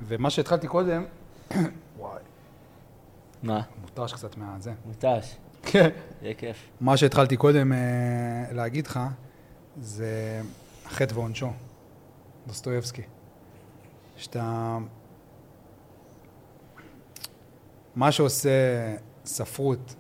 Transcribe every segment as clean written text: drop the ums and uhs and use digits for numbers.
ומה שהתחלתי קודם, וואי, מה? מוטש קצת מהזה. מוטש. כן. יהיה כיף. מה שהתחלתי קודם להגיד לך, זה החטא ועונשו, דוסטויבסקי. שאתה... מה שעושה ספרות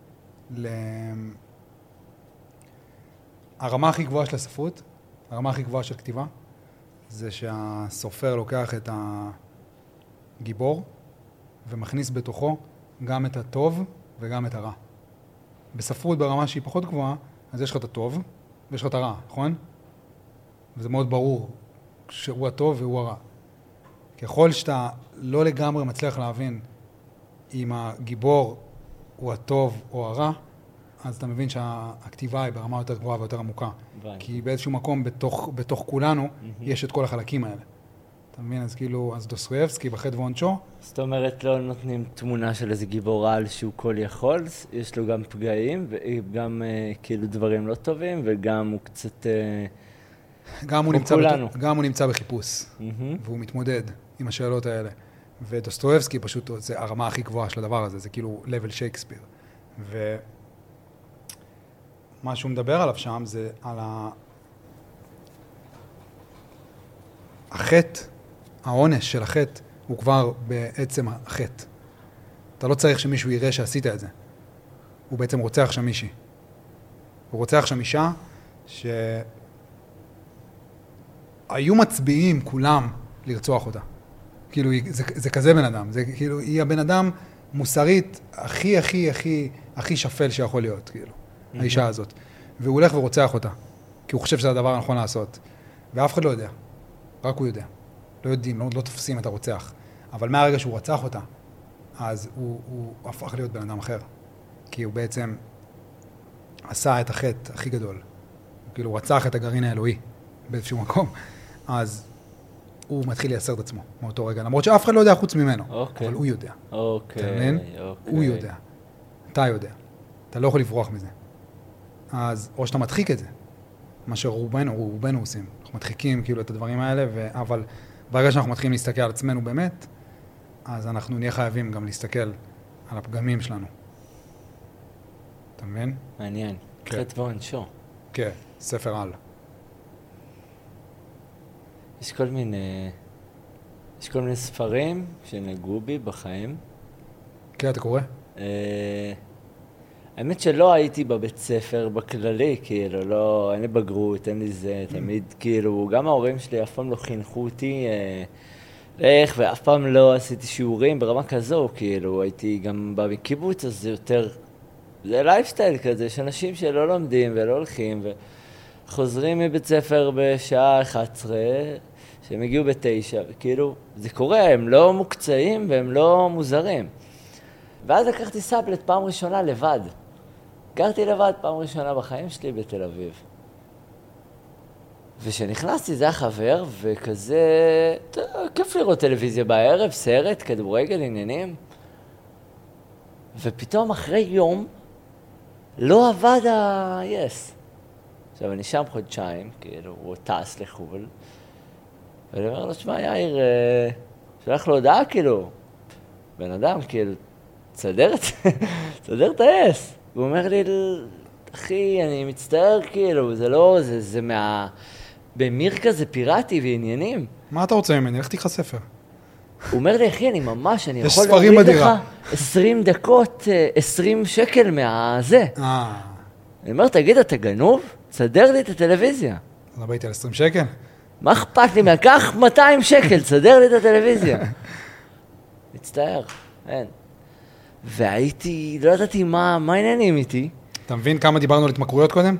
הרמה הכי גבוהה של הספרות, הרמה הכי גבוהה של כתיבה, זה שהסופר לוקח את הגיבור ומכניס בתוכו גם את הטוב וגם את הרע. בספרות ברמה שהיא פחות גבוהה, אז יש לך את הטוב ויש לך את הרע, נכון? וזה מאוד ברור שהוא הטוב והוא הרע. ככל שאתה לא לגמרי מצליח להבין אם הגיבור הוא הטוב או הרע, אז אתה מבין שהכתיבה היא ברמה יותר גבוהה ויותר עמוקה. כי באיזשהו מקום בתוך כולנו יש את כל החלקים האלה. אתה מבין? אז כאילו, אז דוסטויבסקי בחטא ועונשו. זאת אומרת, לא נותנים תמונה של איזה גיבור על שהוא כל יכול, יש לו גם פגעים וגם כאילו דברים לא טובים, וגם הוא קצת... גם הוא נמצא בחיפוש, והוא מתמודד עם השאלות האלה. ודוסטויבסקי פשוט, זה הרמה הכי גבוהה של הדבר הזה, זה כאילו level שייקספיר. ומה שהוא מדבר עליו שם זה על החטא, העונש של החטא הוא כבר בעצם החטא. אתה לא צריך שמישהו יראה שעשית את זה. הוא בעצם רוצח שם מישהי. הוא רוצח שם אישה שהיו מצביעים כולם לרצוח אותה. כאילו, זה כזה בן אדם. זה כאילו, היא הבן אדם מוסרית הכי שפל שיכול להיות, כאילו, האישה הזאת. והוא הולך ורוצח אותה, כי הוא חושב שזה הדבר הנכון לעשות. ואף אחד לא יודע. רק הוא יודע. לא יודעים, לא תופסים את הרוצח. אבל מהרגע שהוא רצח אותה, אז הוא הפך להיות בן אדם אחר. כי הוא בעצם עשה את החטא הכי גדול. הוא כאילו רצח את הגרעין האלוהי באיזשהו מקום. אז הוא מתחיל לייסר את עצמו מאותו רגע. למרות שאף אחד לא יודע חוץ ממנו. אבל הוא יודע. אתה מבין? הוא יודע. אתה יודע. אתה לא יכול לברוח מזה. אז או שאתה מדחיק את זה. מה שרובנו עושים. אנחנו מדחיקים כאילו את הדברים האלה, אבל ברגע שאנחנו מתחילים להסתכל על עצמנו באמת, אז אנחנו נהיה חייבים גם להסתכל על הפגמים שלנו. אתה מבין? מעניין. חטא ועונשו. כן, ספר על. יש כל מיני ספרים שנגעו בי בחיים. כן, אתה קורא? האמת שלא הייתי בבית ספר בכללי, כאילו, לא, אין לי בגרות, אין לי זה, תמיד, כאילו, גם ההורים שלי אף פעם לא חינכו אותי איך, ואף פעם לא עשיתי שיעורים ברמה כזו, כאילו, הייתי גם בא מקיבוץ, אז זה יותר, זה לייפסטייל כזה, יש אנשים שלא לומדים ולא הולכים, וחוזרים מבית ספר בשעה 11, שהם הגיעו ב9, וכאילו, זה קורה, הם לא מוקצעים והם לא מוזרים. ואז לקחתי סאבלט פעם ראשונה לבד. גרתי לבד פעם ראשונה בחיים שלי בתל אביב. ושנכנסתי זה החבר, וכזה, כיף לראות טלוויזיה בערב, סרט, כדורגל, עניינים. ופתאום אחרי יום, לא עבד ה-yes. עכשיו, אני שם חודשיים, כאילו, הוא טס לחול. ואני אומר לו, שמע, יאיר, שלח לו הודעה, כאילו, בן אדם, כאילו, תסדר את האס. הוא אומר לי, אחי, אני מצטער, כאילו, זה לא, זה במיר כזה פיראטי ועניינים. מה אתה רוצה ממני? איך תיקח ספר? הוא אומר לי, אחי, אני יכול להוריד לך 20 דקות, 20 שקל מהזה. אני אומר, תגיד, אתה גנוב? תסדר לי את הטלוויזיה. לא באיתי על 20 שקל? מה אכפת לי? מהקח 200 שקל, תסדר לי את הטלוויזיה. מצטער, אין. והייתי, לא ידעתי מה העניינים איתי. אתה מבין כמה דיברנו על התמכרויות קודם?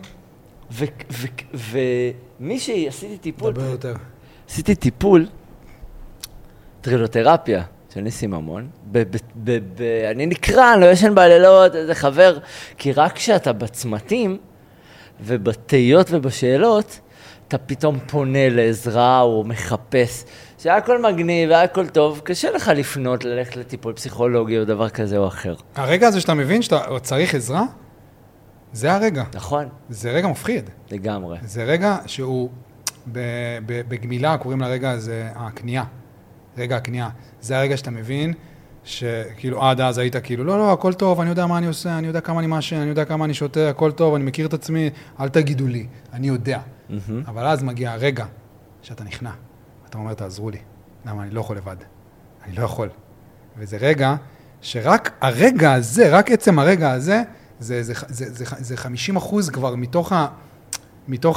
ומי שעשיתי טיפול... דבר יותר. עשיתי טיפול, טרילותרפיה, של ניסים ממון. אני נקרא, אני לא ישן בלילות, איזה חבר, כי רק כשאתה בצמתים, ובתהיות ובשאלות, אתה פתאום פונה לעזרה או מחפש. שהיה הכל מגניב, היה הכל טוב, קשה לך לפנות, ללכת לטיפול פסיכולוגי או דבר כזה או אחר. הרגע הזה שאתה מבין שאתה צריך עזרה, זה הרגע. נכון. זה רגע מפחיד. לגמרי. זה רגע שהוא, בגמילה קוראים לרגע הזה הקנייה. רגע הקנייה. זה הרגע שאתה מבין שכאילו עד אז היית כאילו, לא, הכל טוב, אני יודע מה אני עושה, אני יודע כמה אני מעשן, אני יודע כמה אני שותה, הכל טוב, אני מכיר את עצמי, אל תגידו לי, אני יודע. אבל אז מגיע הרגע שאתה נכנע. אתה אומר, תעזרו לי. למה? אני לא יכול לבד. אני לא יכול. וזה רגע שרק הרגע הזה, רק עצם הרגע הזה, זה 50% כבר מתוך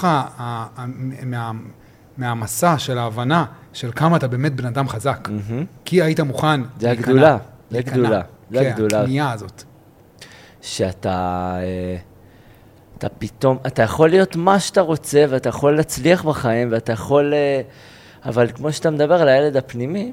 מהמסע של ההבנה של כמה אתה באמת בן אדם חזק. כי היית מוכן להיכנע. זה הגדולה. זה הגדולה. זה הגדולה. הקנייה הזאת. שאתה אתה פתאום, אתה יכול להיות מה שאתה רוצה, ואתה יכול להצליח בחיים, ואתה יכול, אבל כמו שאתה מדבר על הילד הפנימי,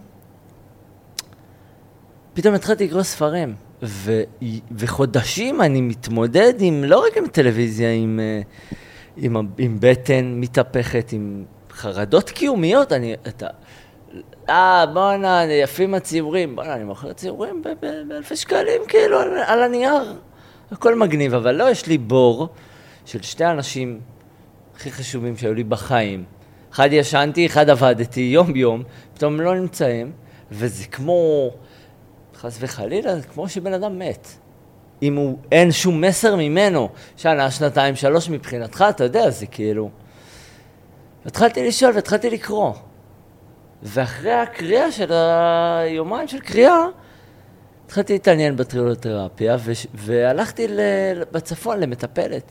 פתאום התחלתי לקרוא ספרים, וחודשים אני מתמודד עם, לא רק עם טלוויזיה, עם בטן מתהפכת, עם חרדות קיומיות, בוא'נה, יפים הציורים, בוא'נה, אני מוכר ציורים באלפי שקלים, כאילו, על הנייר, הכל מגניב, אבל לא, יש לי בור של שתי האנשים הכי חשובים שהיו לי בחיים. אחד ישנתי, אחד עבדתי, יום, פתאום לא נמצאים, וזה כמו, חס וחלילה, כמו שבן אדם מת. אם אין שום מסר ממנו, שנה, שנתיים, 3 מבחינתך, אתה יודע, זה כאילו. התחלתי לשאול והתחלתי לקרוא. ואחרי הקריאה של היומיים של קריאה, התחלתי להתעניין בטרילותרפיה, והלכתי בצפון למטפלת.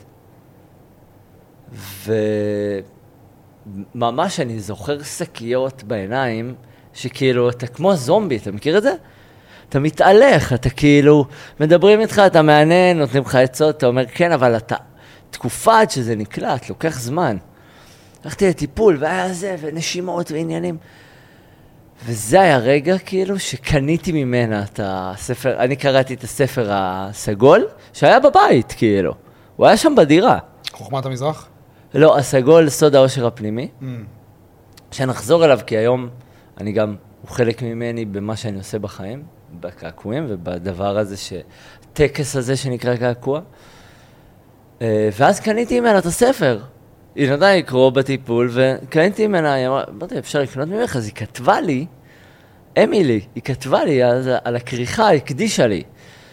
וממש אני זוכר שקיות בעיניים, שכאילו אתה כמו זומבי, אתה מכיר את זה? אתה מתעלך, אתה כאילו, מדברים איתך, אתה מעניין, נותנים לך עצות, אתה אומר כן, אבל אתה, תקופה עד שזה נקלט, לוקח זמן. הלכתי לטיפול, והיה זה, ונשימות ועניינים. וזה היה רגע כאילו שקניתי ממנה את הספר, אני קראתי את הספר הסגול, שהיה בבית כאילו, הוא היה שם בדירה. חוכמת המזרח? לא, הסגול, סוד האושר הפנימי, שנחזור אליו, כי היום אני גם, הוא חלק ממני במה שאני עושה בחיים, בקעקועים ובדבר הזה, טקס הזה שנקרא קעקוע, ואז קניתי ממנה את הספר, היא נדעה לקרוא בטיפול, וקניתי ממנה, היא אמרה, לא יודע, אפשר לקנות ממך, אז היא כתבה לי, אמילי, היא כתבה לי על הכריכה, היא הקדישה לי.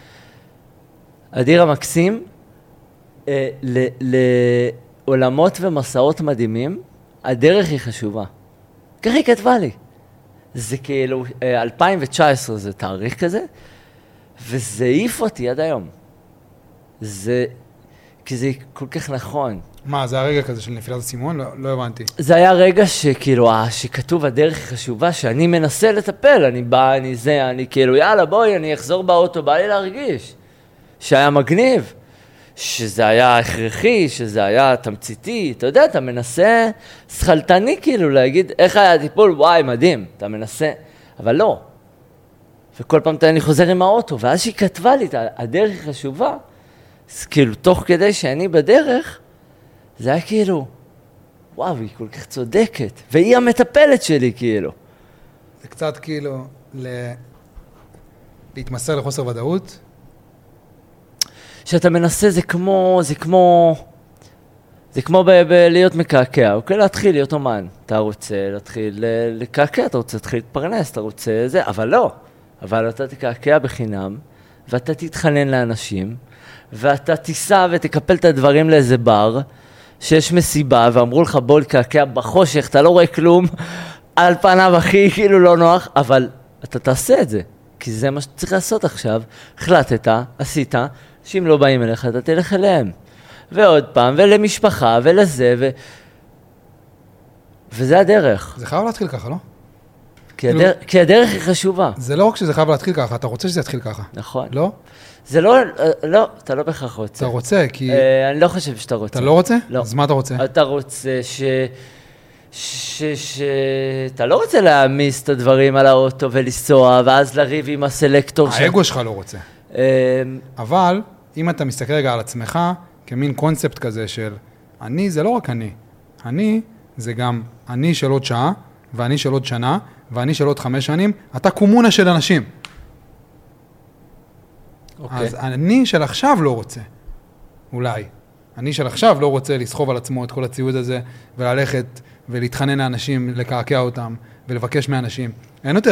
אדיר המקסים, לעולמות ומסעות מדהימים, הדרך היא חשובה. כך היא כתבה לי. זה כאילו, 2019 זה תאריך כזה, וזה העיף אותי עד היום. כי זה כל כך נכון. מה, זה הרגע כזה של נפילת הסימון? לא הבנתי. זה היה רגע שכאילו, שכתוב הדרך היא חשובה, שאני מנסה לטפל, אני בא, אני כאילו, יאללה, בואי, אני אחזור באוטו, בא לי להרגיש. שהיה מגניב, שזה היה הכרחי, שזה היה תמציתי, אתה יודע, אתה מנסה שחלטני כאילו להגיד, איך היה הטיפול? וואי, מדהים, אתה מנסה, אבל לא. וכל פעם אני חוזר עם האוטו, ואז שהיא כתבה לי, הדרך היא חשובה, אז כאילו, תוך כדי שאני בדרך, זה היה כאילו, וואו, היא כל כך צודקת, והיא המטפלת שלי כאילו. זה קצת כאילו להתמסר לחוסר ודאות. שאתה מנסה, זה כמו להיות מקעקע, אוקיי? להתחיל להיות אומן. אתה רוצה להתחיל לקעקע, אתה רוצה להתחיל להתפרנס, אתה רוצה זה, אבל לא. אבל אתה תקעקע בחינם, ואתה תתחנן לאנשים, ואתה תיסע ותקפל את הדברים לאיזה בר, שיש מסיבה, ואמרו לך בוא לקעקע בחושך, אתה לא רואה כלום, על פניו הכי כאילו לא נוח, אבל אתה תעשה את זה, כי זה מה שצריך לעשות עכשיו. החלטת, עשית, שאם לא באים אליך, אתה תלך אליהם. ועוד פעם, ולמשפחה, ולזה, וזה הדרך. זה חייב להתחיל ככה, לא? כי הדרך היא חשובה. זה לא רק שזה חייב להתחיל ככה, אתה רוצה שזה יתחיל ככה. נכון. לא? זה לא, אתה לא בכך רוצה. אתה רוצה, כי... אני לא חושב שאתה רוצה. אתה לא רוצה? לא. אז מה אתה רוצה? אתה רוצה אתה לא רוצה להעמיס את הדברים על האוטו ולנסוע, ואז לריב עם הסלקטור שלך. האגו שלך לא רוצה. אבל, אם אתה מסתכל רגע על עצמך, כמין קונספט כזה של, אני זה לא רק אני זה גם אני של עוד שעה, ואני של עוד שנה, ואני של עוד 5 שנים, אתה קומונה של אנשים. אז אני של עכשיו לא רוצה, אולי. אני של עכשיו לא רוצה לסחוב על עצמו את כל הציוד הזה, וללכת ולהתחנן לאנשים, לקעקע אותם, ולבקש מאנשים. אין יותר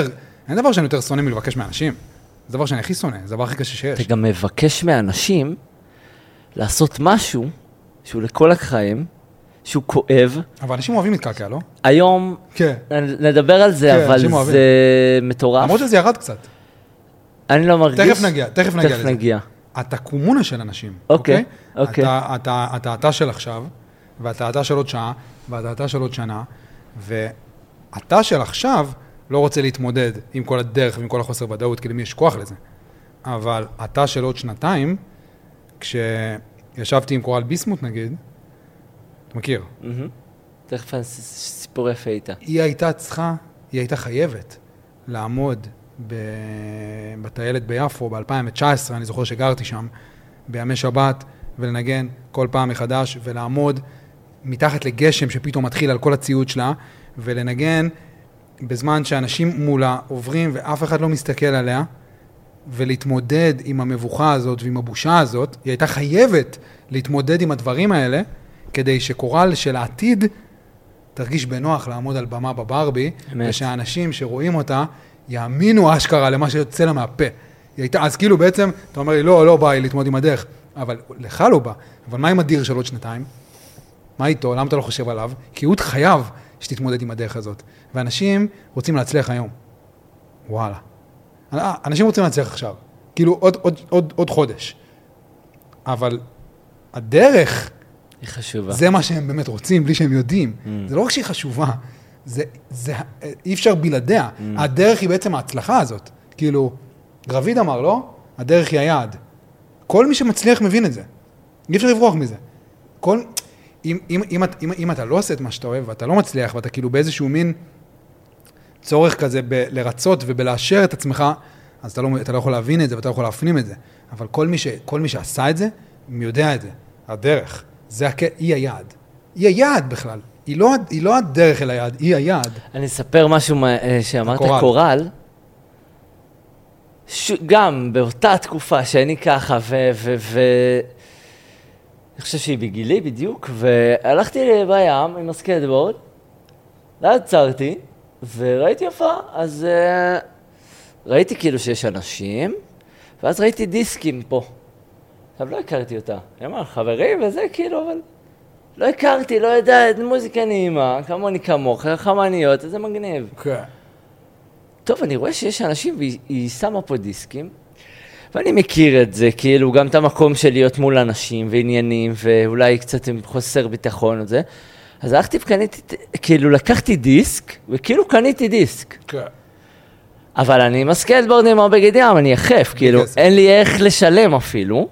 אין דבר שאני יותר שונא מלבקש מאנשים. זה דבר שאני הכי שונא, זה דבר הכי קשה שיש. אתה גם מבקש מאנשים לעשות משהו שהוא לכל החיים, שהוא כואב. אבל אנשים אוהבים להתקעקע, לא? היום כן. נדבר על זה, כן, אבל אנשים אוהבים. זה מטורף. למרות שזה ירד קצת. אני לא מרגיש. תכף נגיע לזה. נגיע. אתה קומונה של אנשים, אוקיי, אוקיי? אוקיי. אתה של עכשיו, ואתה של עוד שעה, ואתה של עוד שנה, ואתה של עכשיו לא רוצה להתמודד עם כל הדרך ועם כל החוסר ודאות, כי למי יש כוח לזה. אבל אתה של עוד שנתיים, כשישבתי עם קורל ביסמוט נגיד, אתה מכיר? תכף סיפור יפה איתה. היא הייתה חייבת לעמוד בטיילת ביפו ב-2019, אני זוכר שגרתי שם, בימי שבת, ולנגן כל פעם מחדש, ולעמוד מתחת לגשם שפתאום מתחיל על כל הציוד שלה, ולנגן בזמן שאנשים מולה עוברים ואף אחד לא מסתכל עליה, ולהתמודד עם המבוכה הזאת ועם הבושה הזאת. היא הייתה חייבת להתמודד עם הדברים האלה, כדי שקורל של העתיד תרגיש בנוח לעמוד על במה בברבי, ושהאנשים שרואים אותה יאמינו אשכרה למה שיוצא לה מהפה. היא הייתה, אז כאילו בעצם, אתה אומר לי, לא בא לי להתמודד עם הדרך, אבל לך לא בא. אבל מה עם הדיר של עוד שנתיים? מה איתו? למה אתה לא חושב עליו? כי הוא חייב שתתמודד עם הדרך הזאת. ואנשים רוצים להצליח היום. וואלה. אנשים רוצים להצליח עכשיו. כאילו עוד חודש. אבל הדרך, היא חשובה. זה מה שהם באמת רוצים, בלי שהם יודעים. זה לא רק שהיא חשובה, אי אפשר בלעדיה. הדרך היא בעצם ההצלחה הזאת. כאילו, רביד אמר, לא? הדרך היא היעד. כל מי שמצליח מבין את זה. אי אפשר לברוח מזה. אם אתה לא עושה את מה שאתה אוהב, ואתה לא מצליח, ואתה כאילו באיזשהו מין צורך כזה לרצות ובלאשר את עצמך, אז אתה לא יכול להבין את זה, ואתה לא יכול להפנים את זה. אבל כל מי שעשה את זה, יודע את זה. הדרך. היא היעד. היא היעד בכלל. היא לא הדרך אל היעד, היא היעד. אני אספר משהו שאמרת, קורל. גם באותה תקופה שאני ככה, אני חושב שהיא בגילי בדיוק, והלכתי בים עם הסקייטבורד, עצרתי, וראיתי יפה, אז ראיתי כאילו שיש אנשים, ואז ראיתי דיסקים פה. עכשיו לא הכרתי אותה. אני אומר, חברים וזה כאילו, אבל לא הכרתי, לא יודע, מוזיקה נעימה, כמוני כמוך, חמניות, זה מגניב. כן. טוב, אני רואה שיש אנשים, והיא שמה פה דיסקים, ואני מכיר את זה, כאילו, גם את המקום של להיות מול אנשים ועניינים, ואולי קצת עם חוסר ביטחון וזה. אז הלכתי וקניתי, כאילו, לקחתי דיסק, וכאילו קניתי דיסק. כן. אבל אני עם הסקייטבורדים הרבה גידים, אני יחף, כאילו, אין לי איך לשלם אפילו.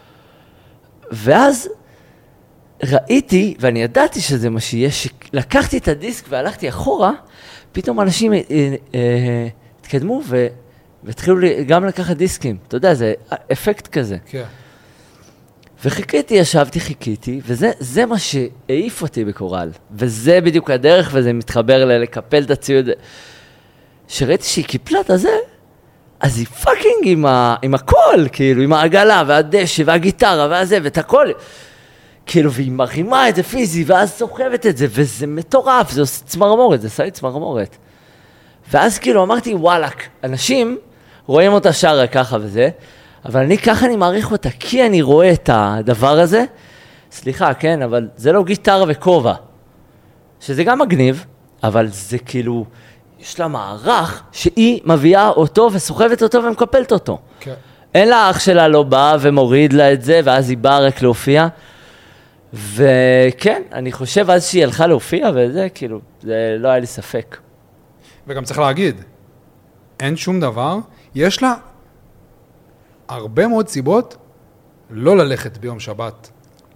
ואז ראיתי, ואני ידעתי שזה מה שיש, לקחתי את הדיסק והלכתי אחורה, פתאום אנשים התקדמו והתחילו גם לקחת דיסקים. אתה יודע, זה אפקט כזה. כן. וחיכיתי, ישבתי, חיכיתי, וזה מה שהעיף אותי בקורל. וזה בדיוק הדרך, וזה מתחבר לקפל את הציוד. שראיתי שהיא קיפלה את הזה, אז היא פאקינג עם הכל, כאילו, עם העגלה, והדשא, והגיטרה, והזה, ואת הכל. כאילו, והיא מרימה את זה פיזי, ואז סוחבת את זה, וזה מטורף, זה עושה צמרמורת, זה עושה לי צמרמורת. ואז כאילו אמרתי, וואלק, אנשים רואים אותה שרה ככה וזה, אבל ככה אני מעריך אותה, כי אני רואה את הדבר הזה, סליחה, כן, אבל זה לא גיטרה וכובע, שזה גם מגניב, אבל זה כאילו, יש לה מערך שהיא מביאה אותו וסוחבת אותו ומקפלת אותו. כן. אין לה אח שלה לא בא ומוריד לה את זה, ואז היא באה רק להופיע. וכן, אני חושב אז שהיא הלכה להופיע, וזה כאילו, זה לא היה לי ספק. וגם צריך להגיד, אין שום דבר, יש לה הרבה מאוד סיבות לא ללכת ביום שבת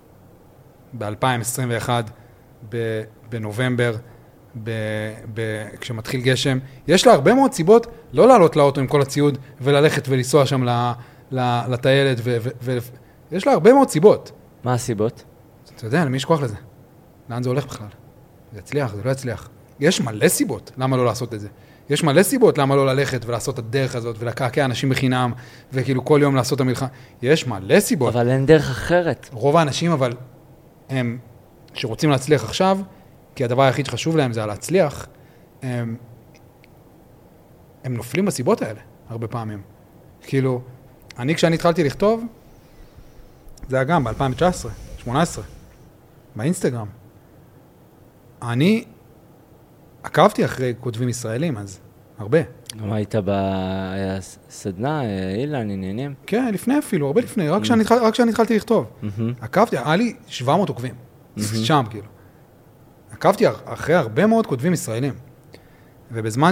ב-2021, בנובמבר, כשמתחיל גשם. יש לה הרבה מאוד סיבות לא לעלות לאוטו עם כל הציוד וללכת ולנסוע שם לטיילת, ויש לה הרבה מאוד סיבות. מה הסיבות? אתה יודע, למי יש כוח לזה? לאן זה הולך בכלל? זה יצליח, זה לא יצליח. יש מלא סיבות למה לא לעשות את זה. יש מלא סיבות למה לא ללכת ולעשות את הדרך הזאת ולקעקע אנשים בחינם וכאילו כל יום לעשות את המלחמה. יש מלא סיבות. אבל אין דרך אחרת. רוב האנשים אבל הם שרוצים להצליח עכשיו, כי הדבר היחיד שחשוב להם זה להצליח, הם הם נופלים בסיבות האלה, הרבה פעמים. כאילו, כשאני התחלתי לכתוב, זה היה גם ב-2019, 2018, באינסטגרם. אני עקבתי אחרי כותבים ישראלים, אז הרבה. גם היית בסדנה, אילן, עניינים? כן, לפני אפילו, הרבה לפני, רק כשאני התחלתי לכתוב. עקבתי, היה לי 700 עוקבים, שם כאילו. עקבתי אחרי הרבה מאוד כותבים ישראלים. ובזמן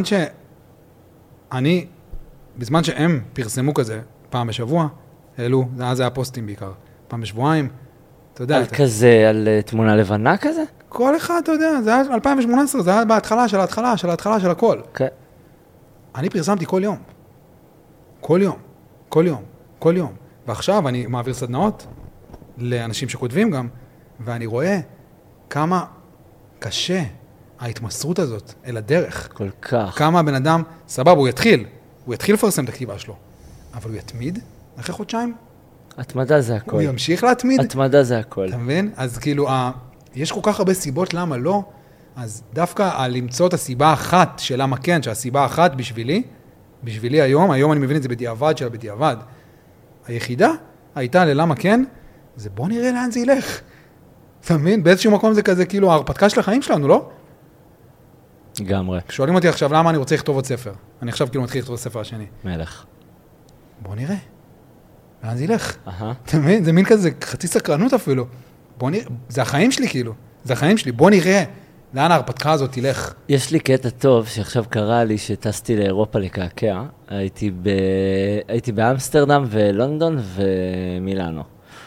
בזמן שהם פרסמו כזה, פעם בשבוע, העלו, אז היה פוסטים בעיקר, פעם בשבועיים, אתה יודע. על כזה, על תמונה לבנה כזה? כל אחד, אתה יודע, זה היה 2018, זה היה בהתחלה של ההתחלה של הכל. כן. אני פרסמתי כל יום. ועכשיו אני מעביר סדנאות לאנשים שכותבים גם, ואני רואה כמה קשה ההתמסרות הזאת אל הדרך. כל כך. כמה הבן אדם, סבבה, הוא יתחיל לפרסם את הכתיבה שלו, אבל הוא יתמיד אחרי חודשיים. התמדה זה הכל. הוא ימשיך להתמיד. התמדה זה הכל. אתה מבין? אז כאילו, יש כל כך הרבה סיבות למה לא, אז דווקא למצוא את הסיבה האחת של למה כן, שהסיבה האחת בשבילי היום אני מבין את זה בדיעבד של בדיעבד. היחידה הייתה ללמה כן, זה בוא נראה לאן זה ילך. אתה מבין? באיזשהו מקום זה כזה כאילו ההרפתקה של החיים שלנו, לא? גמרי. שואלים אותי עכשיו למה אני רוצה לכתוב עוד ספר. אני עכשיו כאילו מתחיל לכתוב ספר השני. מלך. בוא נראה. לאן זה ילך? אתה מבין? זה מין כזה חצי סקרנות אפילו. בוא נראה, זה החיים שלי כאילו. זה החיים שלי. בוא נראה לאן ההרפתקה הזאת תלך. יש לי קטע טוב שעכשיו קרה לי שטסתי לאירופה לקעקע. הייתי באמסטרדם ולונדון ומילאנו.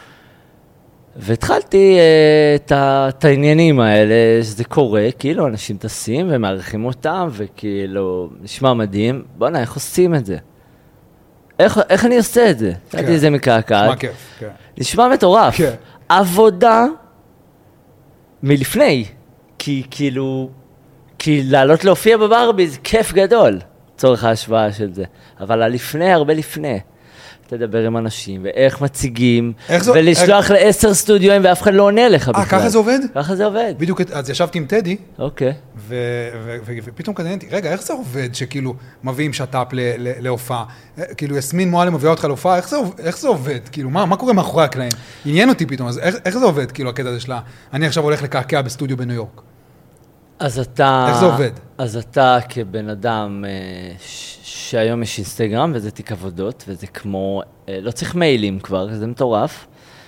והתחלתי את העניינים האלה, שזה קורה, כאילו אנשים טסים ומערכים אותם, וכאילו נשמע מדהים. בוא'נה, איך עושים את זה? איך אני עושה את זה? שאלתי את זה מקעקע. מה כיף, כן. נשמע מטורף. כן. עבודה מלפני, כי לעלות להופיע בברבי זה כיף גדול, צורך ההשוואה של זה. אבל הלפני, הרבה לפני. תדבר עם אנשים, ואיך מציגים, ולשלוח ל10 סטודיואים, ואף אחד לא עונה לך בכלל. ככה זה עובד? ככה זה עובד. בדיוק, אז ישבתי עם טדי, אוקיי. ופתאום כזה נהנתי, רגע, איך זה עובד שכאילו מביאים שטאפ להופעה? כאילו יסמין מועלם מביאה אותך להופעה, איך זה עובד? כאילו, מה קורה מאחורי הקלעים? עניין אותי פתאום, אז איך זה עובד? כאילו, הקטע הזה שלה, אני עכשיו הולך לקעקע בסטודיו בניו יורק. אז אתה... איך זה עובד? אז אתה כבן אדם שהיום יש אינסטגרם, וזה תיק עבודות, וזה כמו... לא צריך מיילים כבר, זה מטורף.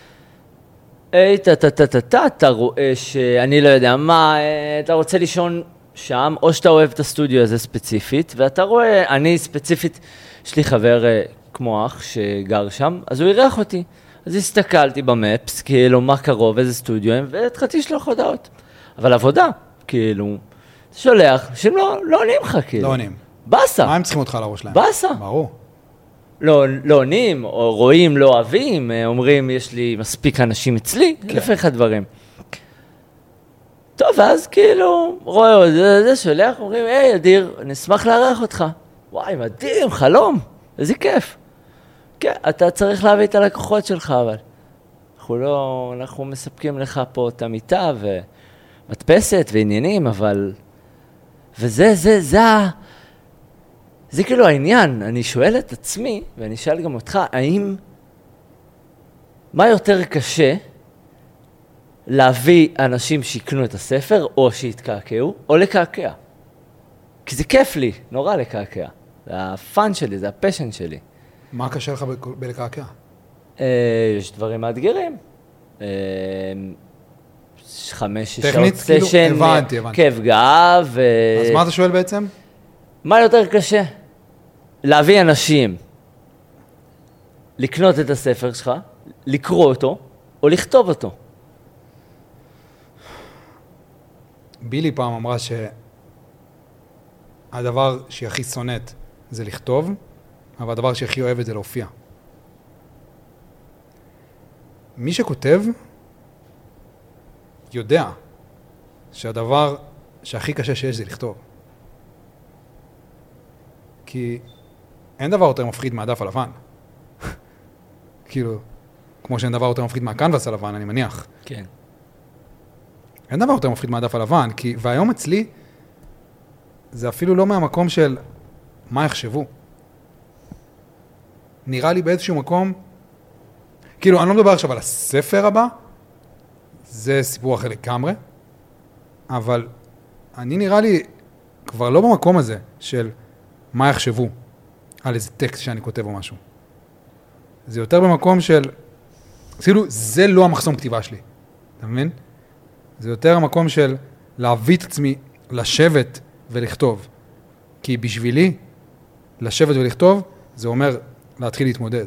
אתה רואה שאני לא יודע מה, אתה רוצה לישון שם, או שאתה אוהב את הסטודיו הזה ספציפית, ואתה רואה, אני ספציפית, יש לי חבר כמו אח שגר שם, אז הוא אירח אותי. אז הסתכלתי במפס, כאילו מה קרוב, איזה סטודיו, והתחלתי לשלוח הודעות. אבל עבודה. כאילו, שולח, שהם לא עונים לך, כאילו. לא עונים. בסה. מה הם צריכים אותך לראש להם? בסה. ברור. לא עונים, או רואים, לא אוהבים, אומרים, יש לי מספיק אנשים אצלי, לפי אחד דברים. טוב, אז כאילו, רואה, זה שולח, אומרים, היי, אדיר, נשמח לארח אותך. וואי, מדהים, חלום, איזה כיף. כן, אתה צריך להביא את הלקוחות שלך, אבל אנחנו מספקים לך פה את המיטה מדפסת ועניינים, אבל... זה כאילו העניין. אני שואל את עצמי, ואני אשאל גם אותך, מה יותר קשה להביא אנשים שיקנו את הספר, או שיתקעקעו, או לקעקע? כי זה כיף לי, נורא לקעקע. זה הפאן שלי, זה הפשן שלי. מה קשה לך בלקעקע? יש דברים מאתגרים. 5-6 טכנית, סשן, כאילו, הבנתי. כיף גב. אז מה אתה שואל בעצם? מה יותר קשה? להביא אנשים, לקנות את הספר שלך, לקרוא אותו, או לכתוב אותו. בילי פעם אמרה שהדבר שהיא הכי שונאת זה לכתוב, אבל הדבר שהיא הכי אוהבת זה להופיע. מי שכותב יודע שהדבר שהכי קשה שיש זה לכתוב. כי אין דבר יותר מפחיד מהדף הלבן. כאילו, כמו שאין דבר יותר מפחיד מהקנבס הלבן, אני מניח. כן. אין דבר יותר מפחיד מהדף הלבן, והיום אצלי, זה אפילו לא מהמקום של מה יחשבו. נראה לי באיזשהו מקום, כאילו, אני לא מדבר עכשיו על הספר הבא, זה סיפור אחר לגמרי, אבל אני נראה לי כבר לא במקום הזה של מה יחשבו על איזה טקסט שאני כותב או משהו. זה יותר במקום של, כאילו, זה לא המחסום כתיבה שלי, אתה מבין? זה יותר המקום של להביא את עצמי, לשבת ולכתוב. כי בשבילי, לשבת ולכתוב, זה אומר להתחיל להתמודד.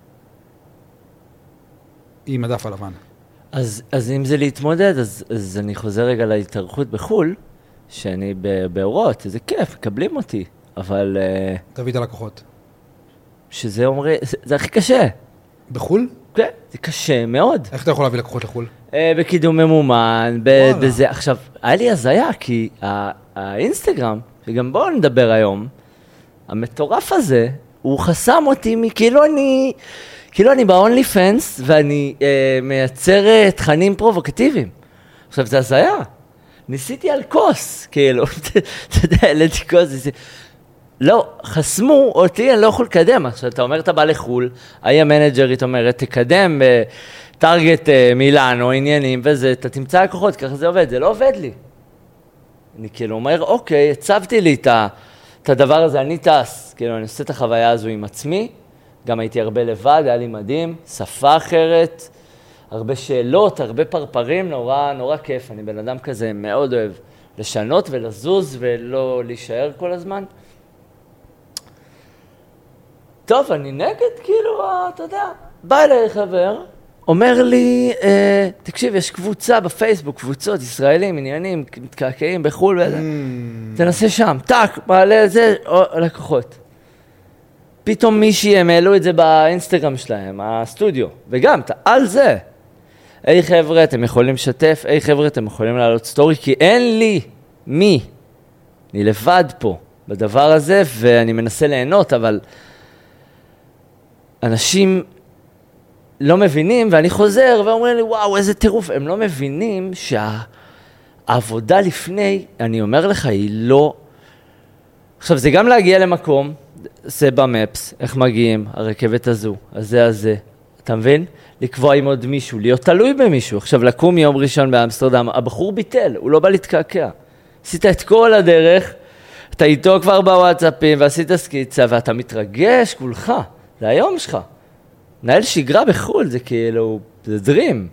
עם הדף הלבן. אז אם זה להתמודד, אז אני חוזר רגע להתארחות בחול, שאני באורות, זה כיף, מקבלים אותי, אבל... תביא את הלקוחות. שזה אומרי, זה הכי קשה. בחול? כן, זה קשה מאוד. איך אתה יכול להביא לקוחות לחול? בקידום ממומן, בזה. עכשיו, היה לי הזיה, כי האינסטגרם, שגם בואו נדבר היום, המטורף הזה, הוא חסם אותי מכאילו אני ב-only fans, ואני מייצר תכנים פרובוקטיביים. עכשיו, זה הזיה. ניסיתי על כוס, כאילו, אתה יודע, העליתי כוס, לא, חסמו אותי, אני לא יכול לקדם. עכשיו, אתה אומר, אתה בא לחול, המנג'רית אומרת, תקדם טארגט מילאנו, עניינים וזה, אתה תמצא לקוחות, ככה זה עובד, זה לא עובד לי. אני כאילו אומר, אוקיי, הצבתי לי את הדבר הזה, אני טס, כאילו, אני עושה את החוויה הזו עם עצמי, גם הייתי הרבה לבד, היה לי מדהים, שפה אחרת, הרבה שאלות, הרבה פרפרים, נורא כיף. אני בן אדם כזה מאוד אוהב לשנות ולזוז ולא להישאר כל הזמן. טוב, אני נגד, כאילו, אתה יודע, בא אליי חבר, אומר לי, תקשיב, יש קבוצה בפייסבוק, קבוצות ישראלים, עניינים, מתקעקעים בחול וזה, תנסה שם, טק, מעלה זה, או לקוחות. פתאום מישהי, הם העלו את זה באינסטגרם שלהם, הסטודיו, וגם, על זה. היי חבר'ה, אתם יכולים לשתף, היי חבר'ה, אתם יכולים לעלות סטורי, כי אין לי מי. אני לבד פה, בדבר הזה, ואני מנסה ליהנות, אבל אנשים לא מבינים, ואני חוזר ואומרים לי, וואו, איזה טירוף. הם לא מבינים שהעבודה לפני, אני אומר לך, היא לא... עכשיו, זה גם להגיע למקום, זה במפס, איך מגיעים, הרכבת הזו, הזה. אתה מבין? לקבוע עם עוד מישהו, להיות תלוי במישהו. עכשיו, לקום יום ראשון באמסטרדם, הבחור ביטל, הוא לא בא להתקעקע. עשית את כל הדרך, אתה איתו כבר בוואטסאפים, ועשית סקיצה, ואתה מתרגש כולך. זה היום שלך. נהל שגרה בחול, זה כאילו, זה דרים.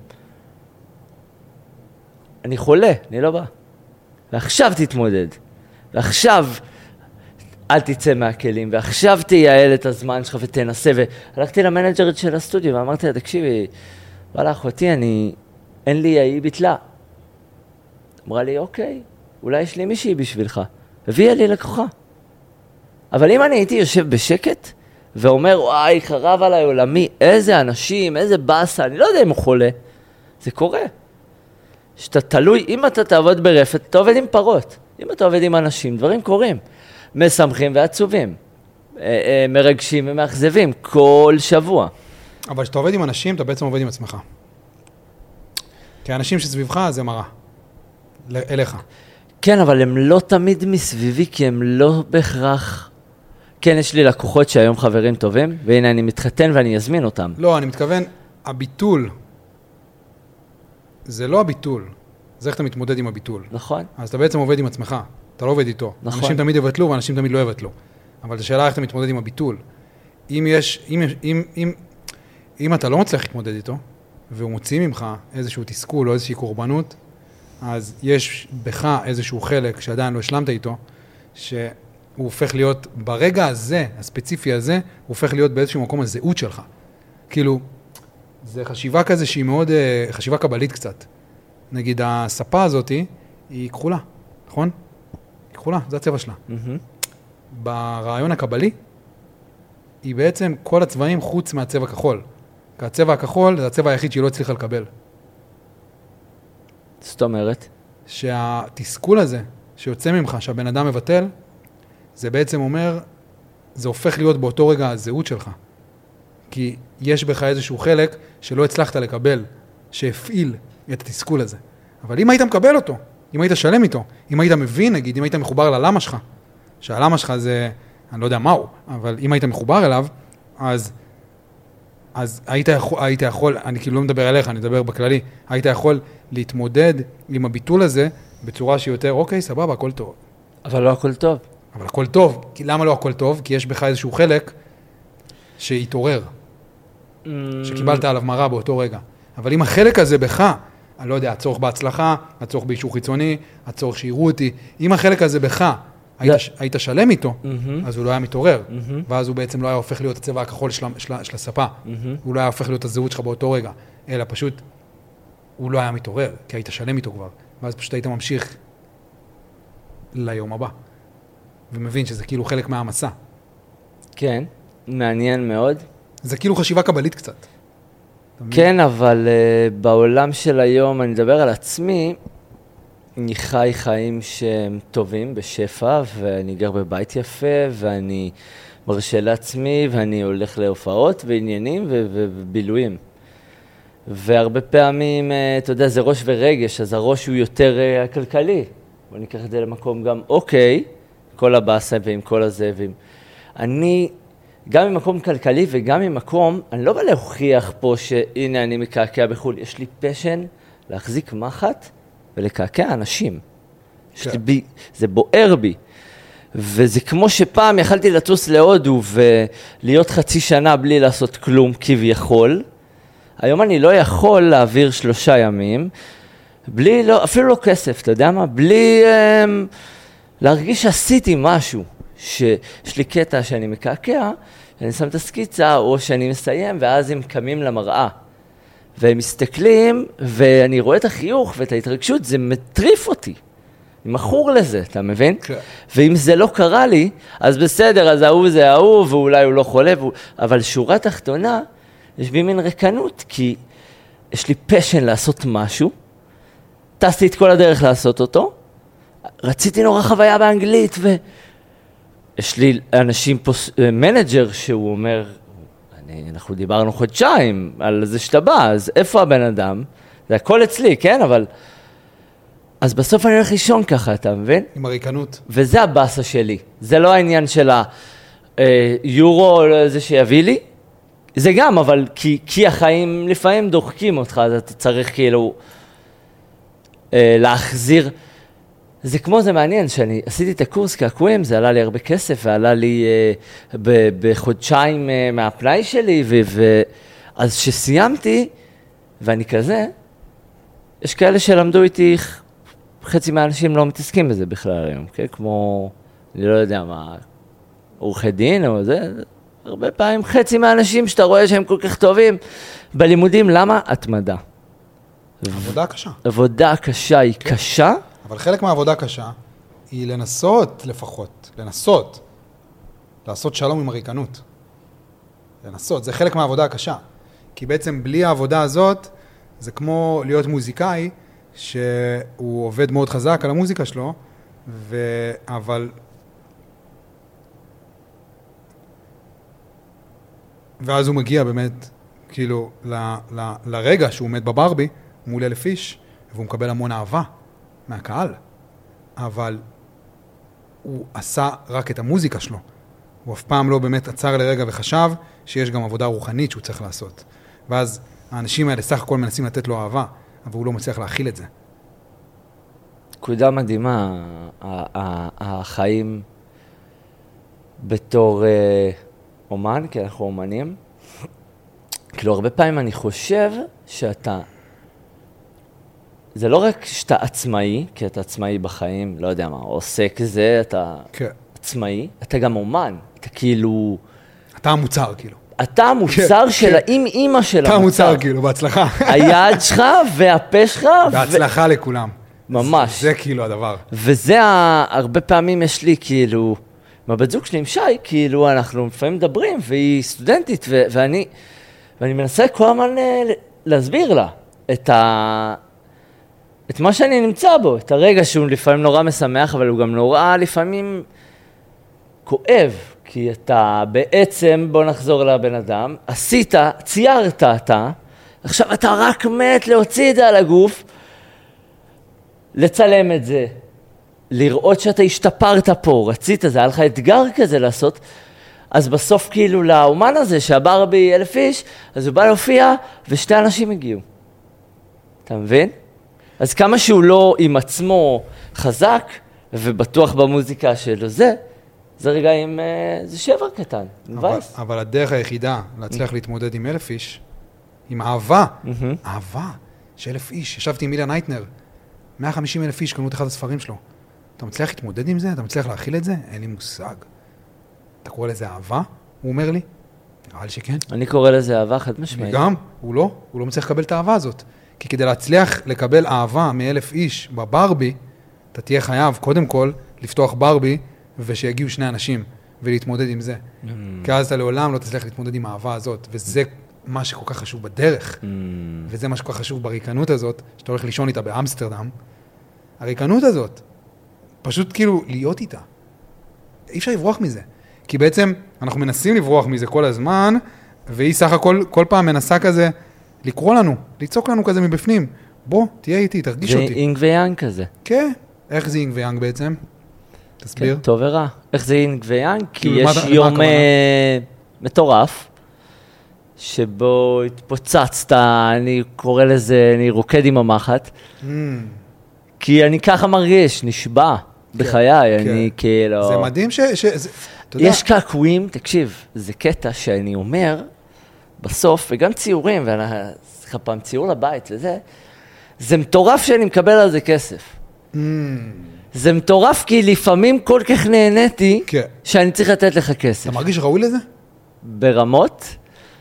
אני חולה, אני לא בא. ועכשיו תתמודד. ועכשיו אל תצא מהכלים, ועכשיו תייעל את הזמן שלך ותנסה. והלכתי למנג'רית של הסטודיו, ואמרתי לה, תקשיבי, וואלה, אחותי, אין לי, היא ביטלה. אמרה לי, אוקיי, אולי יש לי מישהי בשבילך. הביאה לי לקוחה. אבל אם אני הייתי יושב בשקט, ואומר, וואי, חרב עליי עולמי, איזה אנשים, איזה בסה, אני לא יודע אם הוא חולה. זה קורה. שאתה תלוי, אם אתה תעבוד ברפת, אתה עובד עם פרות. אם אתה עובד עם אנשים, דברים קורים. משמחים ועצובים. מרגשים ומאכזבים כל שבוע. אבל כשאתה עובד עם אנשים, אתה בעצם עובד עם עצמך. כי האנשים שסביבך זה מראה. אליך. כן, אבל הם לא תמיד מסביבי, כי הם לא בהכרח... כן, יש לי לקוחות שהיום חברים טובים, והנה אני מתחתן ואני אזמין אותם. לא, אני מתכוון, הביטול, זה לא הביטול, זה איך אתה מתמודד עם הביטול. נכון. אז אתה בעצם עובד עם עצמך, אתה לא עובד איתו. נכון. אנשים תמיד יבטלו ואנשים תמיד לא יבטלו. אבל זו שאלה איך אתה מתמודד עם הביטול. אם אתה לא מצליח להתמודד איתו, והוא מוציא ממך איזשהו תסכול או איזושהי קורבנות, אז יש בך איזשהו חלק שעדיין לא השלמת איתו, הוא הופך להיות, ברגע הזה, הספציפי הזה, הוא הופך להיות באיזשהו מקום הזהות שלך. כאילו, זה חשיבה כזה שהיא מאוד, חשיבה קבלית קצת. נגיד, הספה הזאת היא כחולה, נכון? היא כחולה, זה הצבע שלה. ברעיון הקבלי, היא בעצם כל הצבעים חוץ מהצבע כחול. כי הצבע הכחול זה הצבע היחיד שהיא לא הצליחה לקבל. זאת אומרת? שהתסכול הזה שיוצא ממך, שהבן אדם מבטל, זה בעצם אומר, זה הופך להיות באותו רגע הזהות שלך. כי יש בך איזשהו חלק שלא הצלחת לקבל, שהפעיל את התסכול הזה. אבל אם היית מקבל אותו, אם היית שלם איתו, אם היית מבין, נגיד, אם היית מחובר ללמה שלך, שהלמה שלך זה אני לא יודע מהו, אבל אם היית מחובר אליו, אז היית יכול, אני כאילו לא מדבר עליך, אני מדבר בכללי, היית יכול להתמודד עם הביטול הזה בצורה שיותר, אוקיי, סבבה, הכל טוב. אבל לא הכל טוב. אבל הכל טוב. למה לא הכל טוב? כי יש בך איזשהו חלק שהתעורר, שקיבלת עליו מראה באותו רגע. אבל אם החלק הזה בך, אני לא יודע, הצורך בהצלחה, הצורך באישור חיצוני, הצורך שיראו אותי, אם החלק הזה בך, היית שלם איתו, אז הוא לא היה מתעורר, ואז הוא בעצם לא היה הופך להיות הצבע הכחול של הספה, הוא לא היה הופך להיות הזהות שלך באותו רגע, אלא פשוט הוא לא היה מתעורר, כי היית שלם איתו כבר, ואז פשוט היית ממשיך ליום הבא, ומבין שזה כאילו חלק מהמסע. כן, מעניין מאוד. זה כאילו חשיבה קבלית קצת. כן, אבל בעולם של היום, אני מדבר על עצמי, אני חי חיים שהם טובים בשפע, ואני גר בבית יפה, ואני מרשה לעצמי, ואני הולך להופעות ועניינים ובילויים. והרבה פעמים, אתה יודע, זה ראש ורגש, אז הראש הוא יותר כלכלי. בוא ניקח את זה למקום גם, אוקיי, כל הבאסה ועם כל הזאבים. אני, גם ממקום כלכלי וגם ממקום, אני לא בא להוכיח פה שהנה אני מקעקע בחול, יש לי פשן להחזיק מחט, ולקעקע אנשים. כן. זה בוער בי. וזה כמו שפעם יכלתי לטוס להודו ולהיות חצי שנה בלי לעשות כלום כביכול. היום אני לא יכול להעביר 3 ימים, בלי, לא, אפילו לא כסף, אתה יודע מה? בלי להרגיש שעשיתי משהו. שיש לי קטע שאני מקעקע, שאני שם את הסקיצה או שאני מסיים, ואז הם קמים למראה. והם מסתכלים, ואני רואה את החיוך ואת ההתרגשות, זה מטריף אותי. אני מכור לזה, אתה מבין? כן. ואם זה לא קרה לי, אז בסדר, אז ההוא זה ההוא, ואולי הוא לא חולה, אבל שורה תחתונה, יש בי מין רקנות, כי יש לי פשן לעשות משהו, טסתי את כל הדרך לעשות אותו, רציתי נורא חוויה באנגלית, ויש לי אנשים פה, מנג'ר שהוא אומר, אנחנו דיברנו חודשיים על זה שאתה בא, אז איפה הבן אדם? זה הכל אצלי, כן? אבל... אז בסוף אני הולך לישון ככה, אתה מבין? עם הריקנות. וזה הבאסה שלי. זה לא העניין של היורו או זה שיביא לי. זה גם, אבל כי החיים לפעמים דוחקים אותך, אז אתה צריך כאילו להחזיר. זה כמו זה מעניין, שאני עשיתי את הקורס כעקועים, זה עלה לי הרבה כסף, ועלה לי בחודשיים מהפנאי שלי, אז שסיימתי, ואני כזה, יש כאלה שלמדו איתי, חצי מהאנשים לא מתעסקים בזה בכלל היום, כן? כמו, אני לא יודע מה, עורכי דין או זה, הרבה פעמים חצי מהאנשים שאתה רואה שהם כל כך טובים בלימודים, למה? התמדה. עבודה קשה. עבודה קשה היא קשה, אבל חלק מהעבודה קשה היא לנסות לפחות, לעשות שלום עם הריקנות. לנסות, זה חלק מהעבודה הקשה. כי בעצם בלי העבודה הזאת, זה כמו להיות מוזיקאי, שהוא עובד מאוד חזק על המוזיקה שלו, אבל... ואז הוא מגיע באמת, כאילו, לרגע שהוא עומד בברבי, מול 1,000 איש, והוא מקבל המון אהבה מהקהל, אבל הוא עשה רק את המוזיקה שלו. הוא אף פעם לא באמת עצר לרגע וחשב שיש גם עבודה רוחנית שהוא צריך לעשות. ואז האנשים האלה סך הכל מנסים לתת לו אהבה, אבל הוא לא מצליח להכיל את זה. נקודה מדהימה, החיים בתור אומן, כי אנחנו אומנים. כאילו, הרבה פעמים אני חושב שאתה... זה לא רק שאתה עצמאי, כי אתה עצמאי בחיים, לא יודע מה, עוסק זה, אתה עצמאי, אתה גם אומן, אתה כאילו... אתה המוצר, כאילו. אתה המוצר של האמא של המוצר. אתה המוצר, כאילו, בהצלחה. היד שלך והפה שלך. בהצלחה לכולם. ממש. זה כאילו הדבר. וזה הרבה פעמים יש לי, כאילו, מהבת זוג שלי עם שי, כאילו, אנחנו לפעמים מדברים, והיא סטודנטית, ואני מנסה כל הזמן להסביר לה את מה שאני נמצא בו, את הרגע שהוא לפעמים נורא משמח, אבל הוא גם נורא לפעמים כואב, כי אתה בעצם, בוא נחזור לבן אדם, עשית, ציירת אתה, עכשיו אתה רק מת להוציא את זה על הגוף, לצלם את זה, לראות שאתה השתפרת פה, רצית, זה היה לך אתגר כזה לעשות, אז בסוף כאילו לאומן הזה, שהברבי 1,000 איש, אז הוא בא להופיע, ושתי אנשים הגיעו. אתה מבין? אז כמה שהוא לא עם עצמו חזק, ובטוח במוזיקה שלו זה רגעים, זה שבר קטן, מבאס. אבל הדרך היחידה להצליח להתמודד עם 1,000 איש, עם אהבה, אהבה של 1,000 איש. ישבתי עם מילה נייטנר, 150,000 איש קנו את אחד הספרים שלו. אתה מצליח להתמודד עם זה? אתה מצליח להכיל את זה? אין לי מושג. אתה קורא לזה אהבה? הוא אומר לי. נראה לי שכן. אני קורא לזה אהבה חד משמעית. גם, הוא לא מצליח לקבל את האהבה הזאת. כי כדי להצליח לקבל אהבה מ1,000 איש בברבי, אתה תהיה חייב קודם כל לפתוח ברבי ושיגיעו שני אנשים ולהתמודד עם זה. כי אז אתה לעולם לא תצליח להתמודד עם האהבה הזאת, וזה מה שכל כך חשוב בדרך, וזה מה שכל כך חשוב בריקנות הזאת, שאתה הולך לישון איתה באמסטרדם. הריקנות הזאת, פשוט כאילו להיות איתה. אי אפשר לברוח מזה. כי בעצם אנחנו מנסים לברוח מזה כל הזמן, והיא סך הכל כל פעם מנסה כזה לקרוא לנו, לצעוק לנו כזה מבפנים. בוא, תהיה איתי, תרגיש אותי. זה אינג ויאנג כזה. כן. איך זה אינג ויאנג בעצם? תסביר. כן, טוב ורע. איך זה אינג ויאנג? כי יש יום מטורף, שבו התפוצצת, אני קורא לזה, אני רוקד עם המחט, כי אני ככה מרגיש, נשבע בחיי, אני כאילו... זה מדהים יש קעקועים, תקשיב, זה קטע שאני אומר, בסוף, וגם ציורים, ואני צריך פעם ציור לבית וזה, זה מטורף שאני מקבל על זה כסף. זה מטורף כי לפעמים כל כך נהניתי, שאני צריך לתת לך כסף. אתה מרגיש ראוי לזה? ברמות,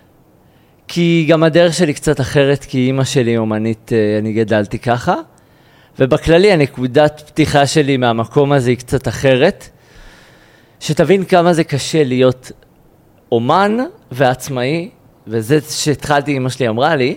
כי גם הדרך שלי קצת אחרת, כי אמא שלי אומנית, אני גדלתי ככה, ובכללי הנקודת פתיחה שלי מהמקום הזה היא קצת אחרת, שתבין כמה זה קשה להיות אומן ועצמאי, וזה שהתחלתי, אמא שלי אמרה לי,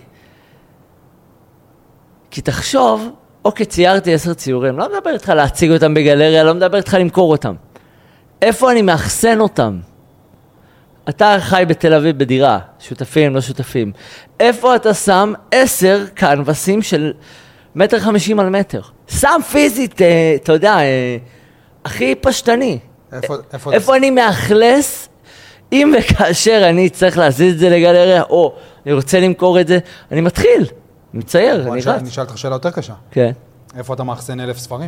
כי תחשוב, אוקיי, ציירתי 10 ציורים, לא מדבר איתך להציג אותם בגלריה, לא מדבר איתך למכור אותם. איפה אני מאחסן אותם? אתה חי בתל אביב בדירה, שותפים, לא שותפים. איפה אתה שם 10 קנבסים של 1.50 על מטר? שם פיזית, אתה יודע, הכי פשטני. איפה אני מאכלס, אם וכאשר אני צריך להזיז את זה לגלריה, או אני רוצה למכור את זה, אני מתחיל, אני מצייר, אני רץ. אני אשאל אותך שאלה יותר קשה. כן. איפה אתה מאחסן 1,000 ספרים?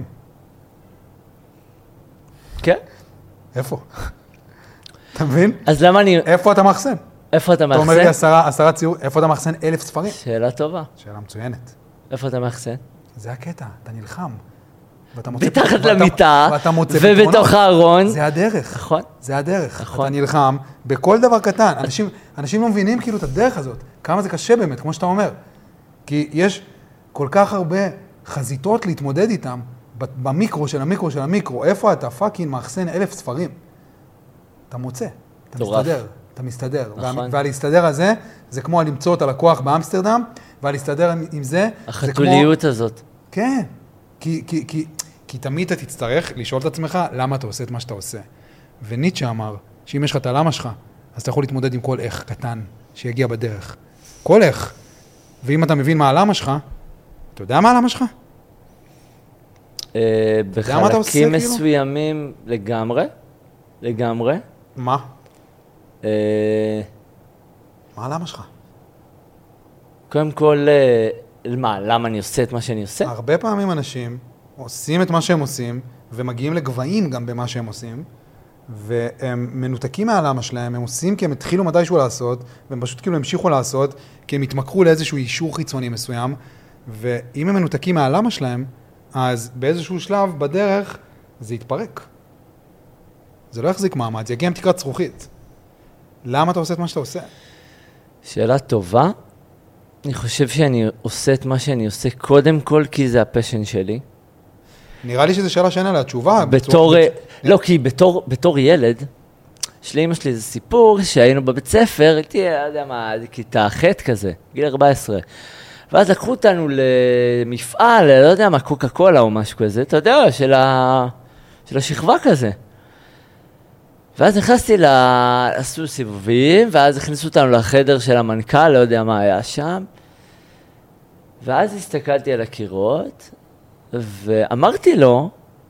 כן. איפה? אתה מבין? אז למה אני... איפה אתה מאחסן? איפה אתה מאחסן? אתה אומר לי 10 ציור, איפה אתה מאחסן 1,000 ספרים? שאלה טובה. שאלה מצוינת. איפה אתה מאחסן? זה הקטע, אתה נלחם. מתחת למיטה, ובתוך הארון. זה הדרך. נכון. זה הדרך. אתה נלחם בכל דבר קטן. אנשים לא מבינים כאילו את הדרך הזאת. כמה זה קשה באמת, כמו שאתה אומר. כי יש כל כך הרבה חזיתות להתמודד איתם, במיקרו של המיקרו של המיקרו. איפה אתה פאקינג מאחסן 1,000 ספרים? אתה מוצא. אתה מסתדר. אתה מסתדר. והלהסתדר הזה, זה כמו למצוא את הלקוח באמסטרדם, והלהסתדר עם זה, החתוליות הזאת. כן. כי תמיד אתה תצטרך לשאול את עצמך למה אתה עושה את מה שאתה עושה. וניטשה אמר שאם יש לך את הלמה שלך, אז אתה יכול להתמודד עם כל איך קטן שיגיע בדרך. כל איך. ואם אתה מבין מה הלמה שלך, אתה יודע מה הלמה שלך? בחלקים מסוימים לגמרי. לגמרי. מה? מה הלמה שלך? קודם כל, מה, למה אני עושה את מה שאני עושה? הרבה פעמים אנשים עושים את מה שהם עושים, ומגיעים לגבהים גם במה שהם עושים, והם מנותקים מהלמה שלהם, הם עושים כי הם התחילו מתישהו לעשות, והם פשוט כאילו המשיכו לעשות, כי הם התמכרו לאיזשהו אישור חיצוני מסוים, ואם הם מנותקים מהלמה שלהם, אז באיזשהו שלב בדרך זה יתפרק. זה לא יחזיק מעמד, זה יגיע עם תקרת זכוכית. למה אתה עושה את מה שאתה עושה? שאלה טובה. אני חושב שאני עושה את מה שאני עושה קודם כל, כי זה הפשן שלי. נראה לי שזו שאלה שאין עליה תשובה. לא, כי בתור ילד, לאמא שלי זה סיפור שהיינו בבית ספר, הייתי, לא יודע מה, כיתה ח' כזה, גיל 14. ואז לקחו אותנו למפעל, לא יודע מה, קוקה קולה או משהו כזה, אתה יודע, של השכבה כזה. ואז נכנסתי לעשו סיבובים, ואז הכניסו אותנו לחדר של המנכ"ל, לא יודע מה היה שם. ואז הסתכלתי על הקירות, ואמרתי לו,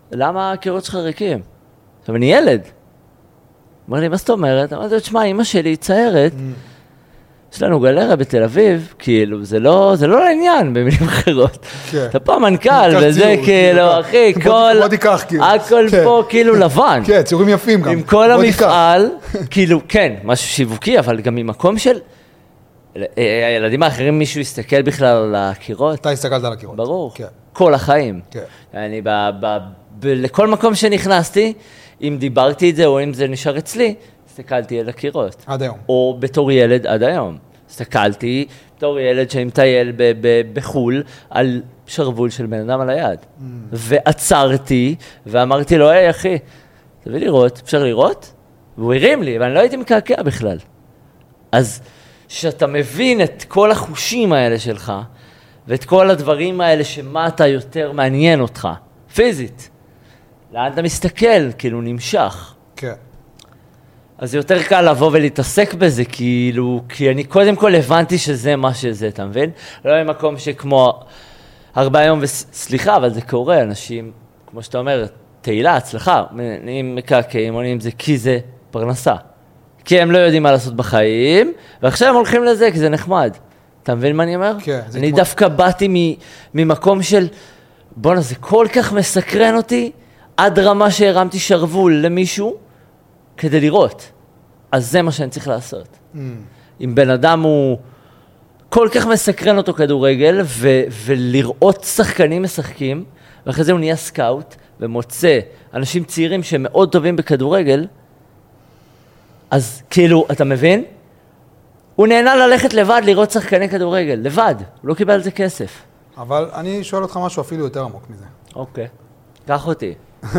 למה הקירות שלך ריקים? עכשיו, אני ילד. אמר לי, מה זאת אומרת? אמרתי, תשמע, אמא שלי היא ציירת, יש לנו גלריה בתל אביב, כאילו, זה לא לעניין במילים אחרות. אתה פה מנכ"ל, וזה כאילו, אחי, הכל פה כאילו לבן. כן, ציורים יפים גם. עם כל המפעל, כאילו, כן, משהו שיווקי, אבל גם ממקום של... הילדים האחרים, מישהו יסתכל בכלל על הקירות. אתה הסתכלת על הקירות. ברור. כל החיים. אני לכל מקום שנכנסתי, אם דיברתי את זה או אם זה נשאר אצלי, הסתכלתי על הקירות. עד היום. או בתור ילד עד היום. הסתכלתי בתור ילד שאני מטייל בחול על שרוול של בן אדם על היד. ועצרתי ואמרתי לו, היי אחי, תביא לראות, אפשר לראות? והוא הרים לי, ואני לא הייתי מקעקע בכלל. אז שאתה מבין את כל החושים האלה שלך, ואת כל הדברים האלה שמה אתה יותר מעניין אותך, פיזית. לאן אתה מסתכל, כאילו נמשך. כן. אז זה יותר קל לבוא ולהתעסק בזה, כאילו, כי אני קודם כל הבנתי שזה מה שזה, אתה מבין? לא במקום שכמו 4 יום, סליחה, אבל זה קורה, אנשים, כמו שאתה אומר, תהילה, הצלחה, אם מקעקעים, או אם זה כי זה פרנסה. כי הם לא יודעים מה לעשות בחיים, ועכשיו הם הולכים לזה, כי זה נחמד. אתה מבין מה אני אומר? כן. אני דווקא באתי ממקום של, בוא'נה, זה כל כך מסקרן אותי, עד רמה שהרמתי שרוול למישהו, כדי לראות. אז זה מה שאני צריך לעשות. אם בן אדם הוא כל כך מסקרן אותו כדורגל, ולראות שחקנים משחקים, ואחרי זה הוא נהיה סקאוט, ומוצא אנשים צעירים שמאוד טובים בכדורגל, אז כאילו, אתה מבין? הוא נהנה ללכת לבד לראות שחקני כדורגל, לבד. הוא לא קיבל על זה כסף. אבל אני שואל אותך משהו אפילו יותר עמוק מזה. אוקיי. קח אותי.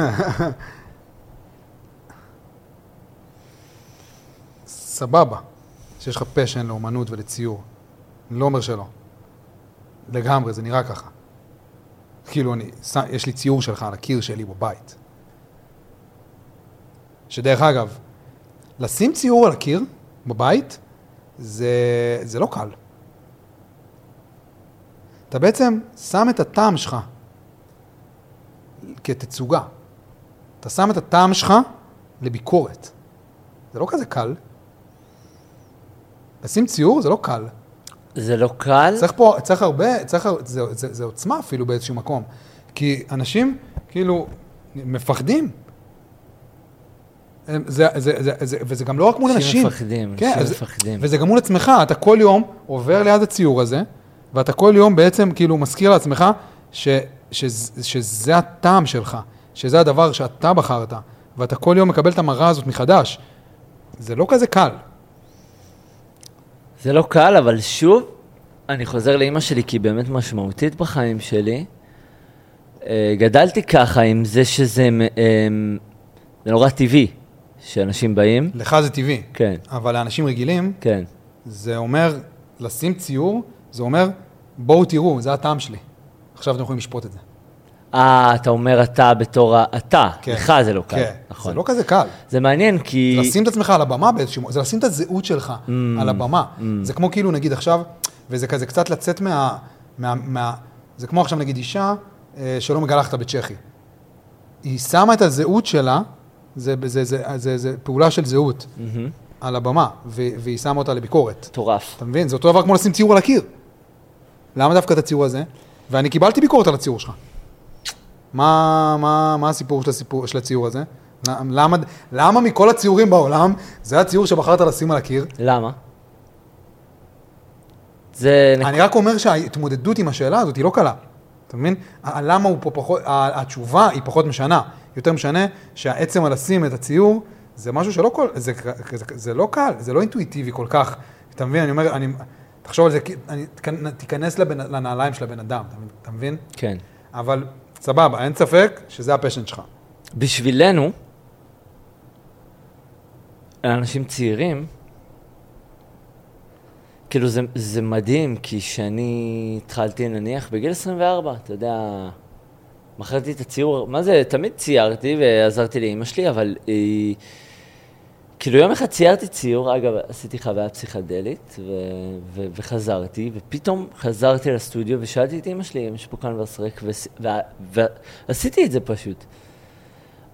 סבבה, שיש לך פשן לאומנות ולציור. אני לא אומר שלא. לגמרי, זה נראה ככה. כאילו, יש לי ציור שלך על הקיר שלי בבית. שדרך אגב, לשים ציור על הקיר בבית, זה לא קל. אתה בעצם שם את הטעם שלך כתצוגה. אתה שם את הטעם שלך לביקורת. זה לא כזה קל. לשים ציור זה לא קל. זה לא קל? צריך הרבה, זה עוצמה אפילו באיזשהו מקום. כי אנשים כאילו מפחדים. וזה גם לא רק מול אנשים. שמפחדים. וזה גם מול עצמך. אתה כל יום עובר ליד הציור הזה, ואתה כל יום בעצם כאילו מזכיר לעצמך שזה הטעם שלך, שזה הדבר שאתה בחרת, ואתה כל יום מקבל את המראה הזאת מחדש. זה לא כזה קל. זה לא קל, אבל שוב, אני חוזר לאמא שלי, כי היא באמת משמעותית בחיים שלי. גדלתי ככה עם זה שזה זה נורא טבעי, שאנשים באים. לך זה טבעי. כן. אבל לאנשים רגילים, כן. זה אומר, לשים ציור, זה אומר, בואו תראו, זה הטעם שלי. עכשיו אתם יכולים לשפוט את זה. אתה אומר אתה בתור אתה, כן. לך זה לא קל. כן, נכון. זה לא כזה קל. זה מעניין כי... זה לשים את עצמך על הבמה באיזשהו... זה לשים את הזהות שלך על הבמה. זה כמו כאילו נגיד עכשיו, וזה כזה קצת לצאת זה כמו עכשיו נגיד אישה שלא מגלחת בצ'כי. היא שמה את הזהות שלה, זה פעולה של זהות על הבמה, והיא שמה אותה לביקורת. טורף. אתה מבין? זה אותו דבר כמו לשים ציור על הקיר. למה דווקא את הציור הזה? ואני קיבלתי ביקורת על הציור שלך. מה הסיפור של הציור הזה? למה מכל הציורים בעולם, זה הציור שבחרת לשים על הקיר? למה? אני רק אומר שההתמודדות עם השאלה הזאת היא לא קלה. אתה מבין? למה הוא פה פחות, התשובה היא פחות משנה. יותר משנה שהעצם על לשים את הציור, זה משהו שלא כל, זה לא קל, זה לא אינטואיטיבי כל כך. אתה מבין? אני אומר, תחשוב על זה, תיכנס לנעליים של הבן אדם, אתה מבין? כן. אבל סבבה, אין ספק שזה הפשן שלך. בשבילנו, אנשים צעירים, כאילו זה מדהים, כי שאני התחלתי נניח בגיל 24, אתה יודע, מכרתי את הציור, מה זה, תמיד ציירתי ועזרתי לאמא שלי, אבל כאילו יום אחד ציירתי ציור, אגב, עשיתי חוויה פסיכדלית, וחזרתי, ופתאום חזרתי לסטודיו ושאלתי את אמא שלי, אם יש פה קנבס ריק, ועשיתי את זה פשוט.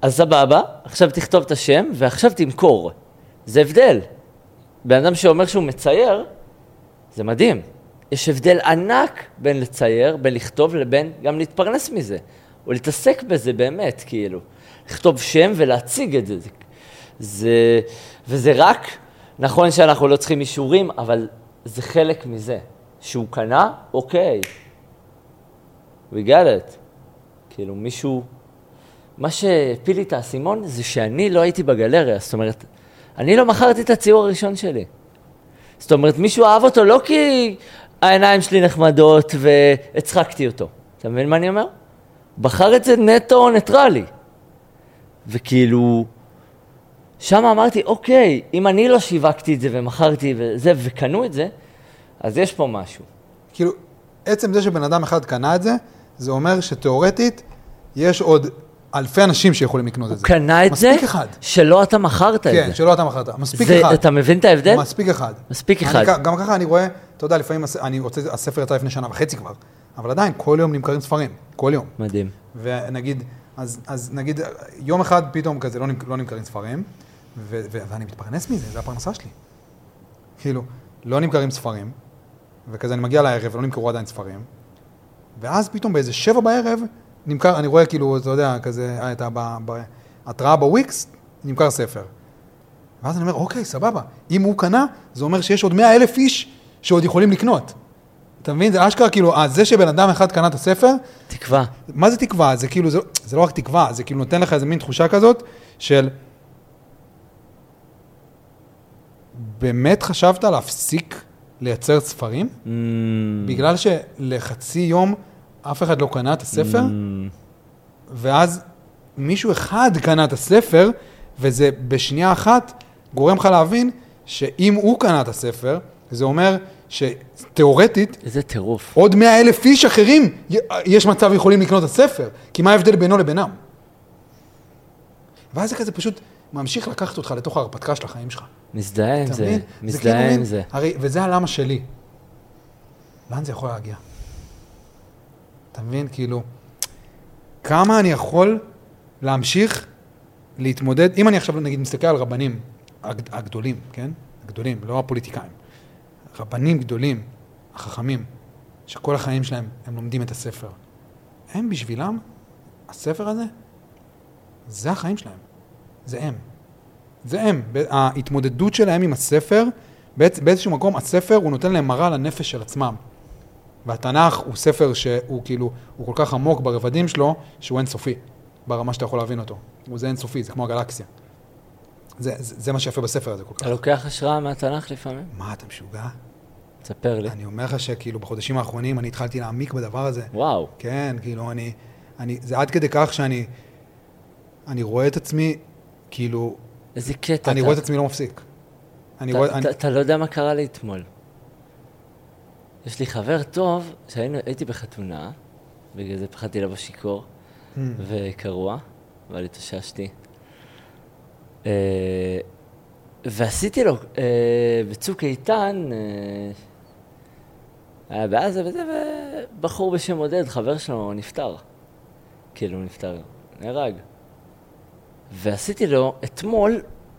אז סבבה, עכשיו תכתוב את השם, ועכשיו תמכור. זה הבדל. בן אדם שאומר שהוא מצייר, זה מדהים. יש הבדל ענק בין לצייר, בין לכתוב, לבין גם להתפרנס מזה. או להתעסק בזה באמת, כאילו. לכתוב שם ולהציג את זה. וזה רק, נכון שאנחנו לא צריכים אישורים, אבל זה חלק מזה. שהוא קנה, אוקיי. We got it. כאילו מישהו, מה שהפיל לי את האסימון זה שאני לא הייתי בגלריה, זאת אומרת, אני לא מכרתי את הציור הראשון שלי. זאת אומרת, מישהו אהב אותו לא כי העיניים שלי נחמדות והצחקתי אותו. אתה מבין מה אני אומר? בחר את זה נטו ניטרלי. וכאילו, שם אמרתי, אוקיי, אם אני לא שיווקתי את זה ומכרתי וזה, וקנו את זה, אז יש פה משהו. כאילו, עצם זה שבן אדם אחד קנה את זה, זה אומר שתיאורטית יש עוד אלפי אנשים שיכולים לקנות את זה. הוא קנה את זה? מספיק אחד. שלא אתה מכרת את זה. כן, שלא אתה מכרת. מספיק אחד. אתה מבין את ההבדל? מספיק אחד. מספיק אחד. גם ככה אני רואה, אתה יודע, לפעמים הספר יצא לפני שנה וחצי כבר, אבל עדיין כל יום נמכרים ספרים. כל יום. מדהים. ונגיד, אז נגיד, יום אחד פתאום כזה לא נמכרים ספרים, ואני מתפרנס מזה, זה הפרנסה שלי. כאילו, לא נמכרים ספרים, וכזה אני מגיע לערב ולא נמכרו עדיין ספרים, ואז פתאום באיזה 7 בערב, נמכר, אני רואה כאילו, אתה יודע, כזה, הייתה בהתראה בוויקס, נמכר ספר. ואז אני אומר, אוקיי, סבבה. אם הוא קנה, זה אומר שיש עוד 100,000 איש שעוד יכולים לקנות. אתה מבין? זה אשכרה, כאילו, זה שבן אדם אחד קנה את הספר... תקווה. מה זה תקווה? זה כאילו, זה לא רק תקווה, זה כאילו נותן לך איזה מין תחושה כזאת של... באמת חשבת להפסיק לייצר ספרים? בגלל שלחצי יום אף אחד לא קנה את הספר, ואז מישהו אחד קנה את הספר, וזה בשנייה אחת גורם לך להבין שאם הוא קנה את הספר, זה אומר שתיאורטית, איזה טירוף. עוד 100,000 איש אחרים יש מצב יכולים לקנות את הספר, כי מה ההבדל בינו לבינם? ואז זה כזה פשוט ממשיך לקחת אותך לתוך ההרפתקה של החיים שלך. מזדהה עם זה, מזדהה עם זה. הרי, וזה הלמה שלי. לאן זה יכול להגיע? אתה מבין? כאילו, כמה אני יכול להמשיך להתמודד, אם אני עכשיו נגיד מסתכל על רבנים הגדולים, כן? הגדולים, לא הפוליטיקאים. רבנים גדולים, החכמים, שכל החיים שלהם הם לומדים את הספר. הם בשבילם, הספר הזה, זה החיים שלהם. זה הם. זה הם. ההתמודדות שלהם עם הספר, באיזשהו מקום, הספר הוא נותן להם מראה לנפש של עצמם. והתנ"ך הוא ספר שהוא כאילו, הוא כל כך עמוק ברבדים שלו, שהוא אינסופי, ברמה שאתה יכול להבין אותו. זה אינסופי, זה כמו הגלקסיה. זה מה שיפה בספר הזה כל כך. אתה לוקח השראה מהתנ"ך לפעמים? מה, אתה משוגע? תספר לי. אני אומר לך שכאילו בחודשים האחרונים אני התחלתי להעמיק בדבר הזה. וואו. כן, כאילו זה עד כדי כך שאני רואה את עצמי, כאילו... איזה קטע. אני רואה את עצמי לא מפסיק. אתה לא יודע מה קרה לי אתמול. יש לי חבר טוב, שהייתי בחתונה, בגלל זה פחדתי לבוא שיכור, וקרוע, אבל התאוששתי. ועשיתי לו בצוק איתן, היה בעזה וזה, ובחור בשם עודד, חבר שלו, נפטר. כאילו נפטר, נהרג. ועשיתי לו, אתמול,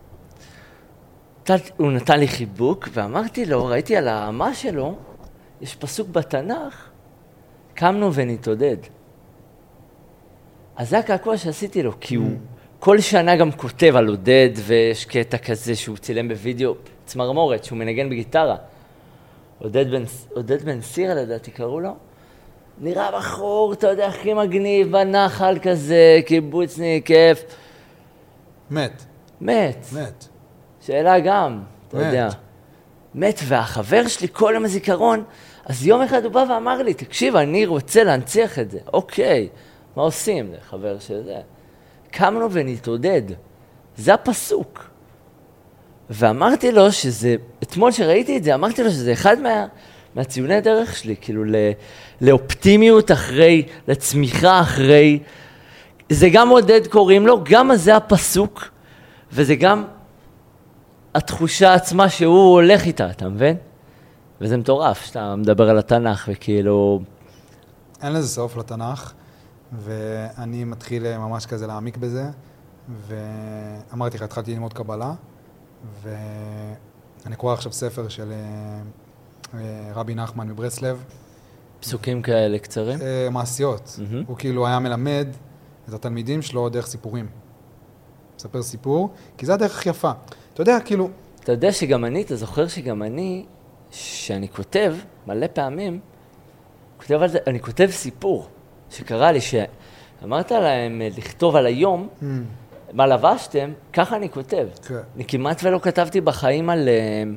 הוא נתן לי חיבוק, ואמרתי לו, ראיתי על האמה שלו, יש פסוק בתנ"ך, קמנו ונתעודד. אז זה הקעקוע שעשיתי לו, כי הוא כל שנה גם כותב על עודד, ויש קטע כזה שהוא צילם בווידאו, צמרמורת, שהוא מנגן בגיטרה. עודד בן סיר, לדעתי, קראו לו. נראה בחור, אתה יודע, הכי מגניב, בנחל כזה, קיבוצני, כיף. מת. שאלה גם, אתה יודע. מת, והחבר שלי כל יום הזיכרון, אז יום אחד הוא בא ואמר לי, תקשיב, אני רוצה להנציח את זה. אוקיי, מה עושים? זה חבר של זה. קמנו ונתעודד. זה הפסוק. ואמרתי לו שזה, אתמול שראיתי את זה, אמרתי לו שזה אחד מהציוני דרך שלי, כאילו לאופטימיות אחרי, לצמיחה אחרי. זה גם עודד קוראים לו, גם זה הפסוק, וזה גם התחושה עצמה שהוא הולך איתה, אתה מבין? וזה מטורף, שאתה מדבר על התנ"ך וכאילו... אין לזה סוף לתנ"ך, ואני מתחיל ממש כזה להעמיק בזה, ואמרתי לך, התחלתי ללמוד קבלה, ואני קורא עכשיו ספר של רבי נחמן מברסלב. פסוקים כאלה קצרים? מעשיות. הוא כאילו היה מלמד את התלמידים שלו דרך סיפורים. מספר סיפור, כי זה הדרך הכי יפה. אתה יודע, כאילו... אתה יודע שגם אני, אתה זוכר שגם אני, שאני כותב מלא פעמים, אני כותב סיפור שקרה לי, שאמרת להם לכתוב על היום, מה לבשתם, ככה אני כותב. כן. אני כמעט ולא כתבתי בחיים על...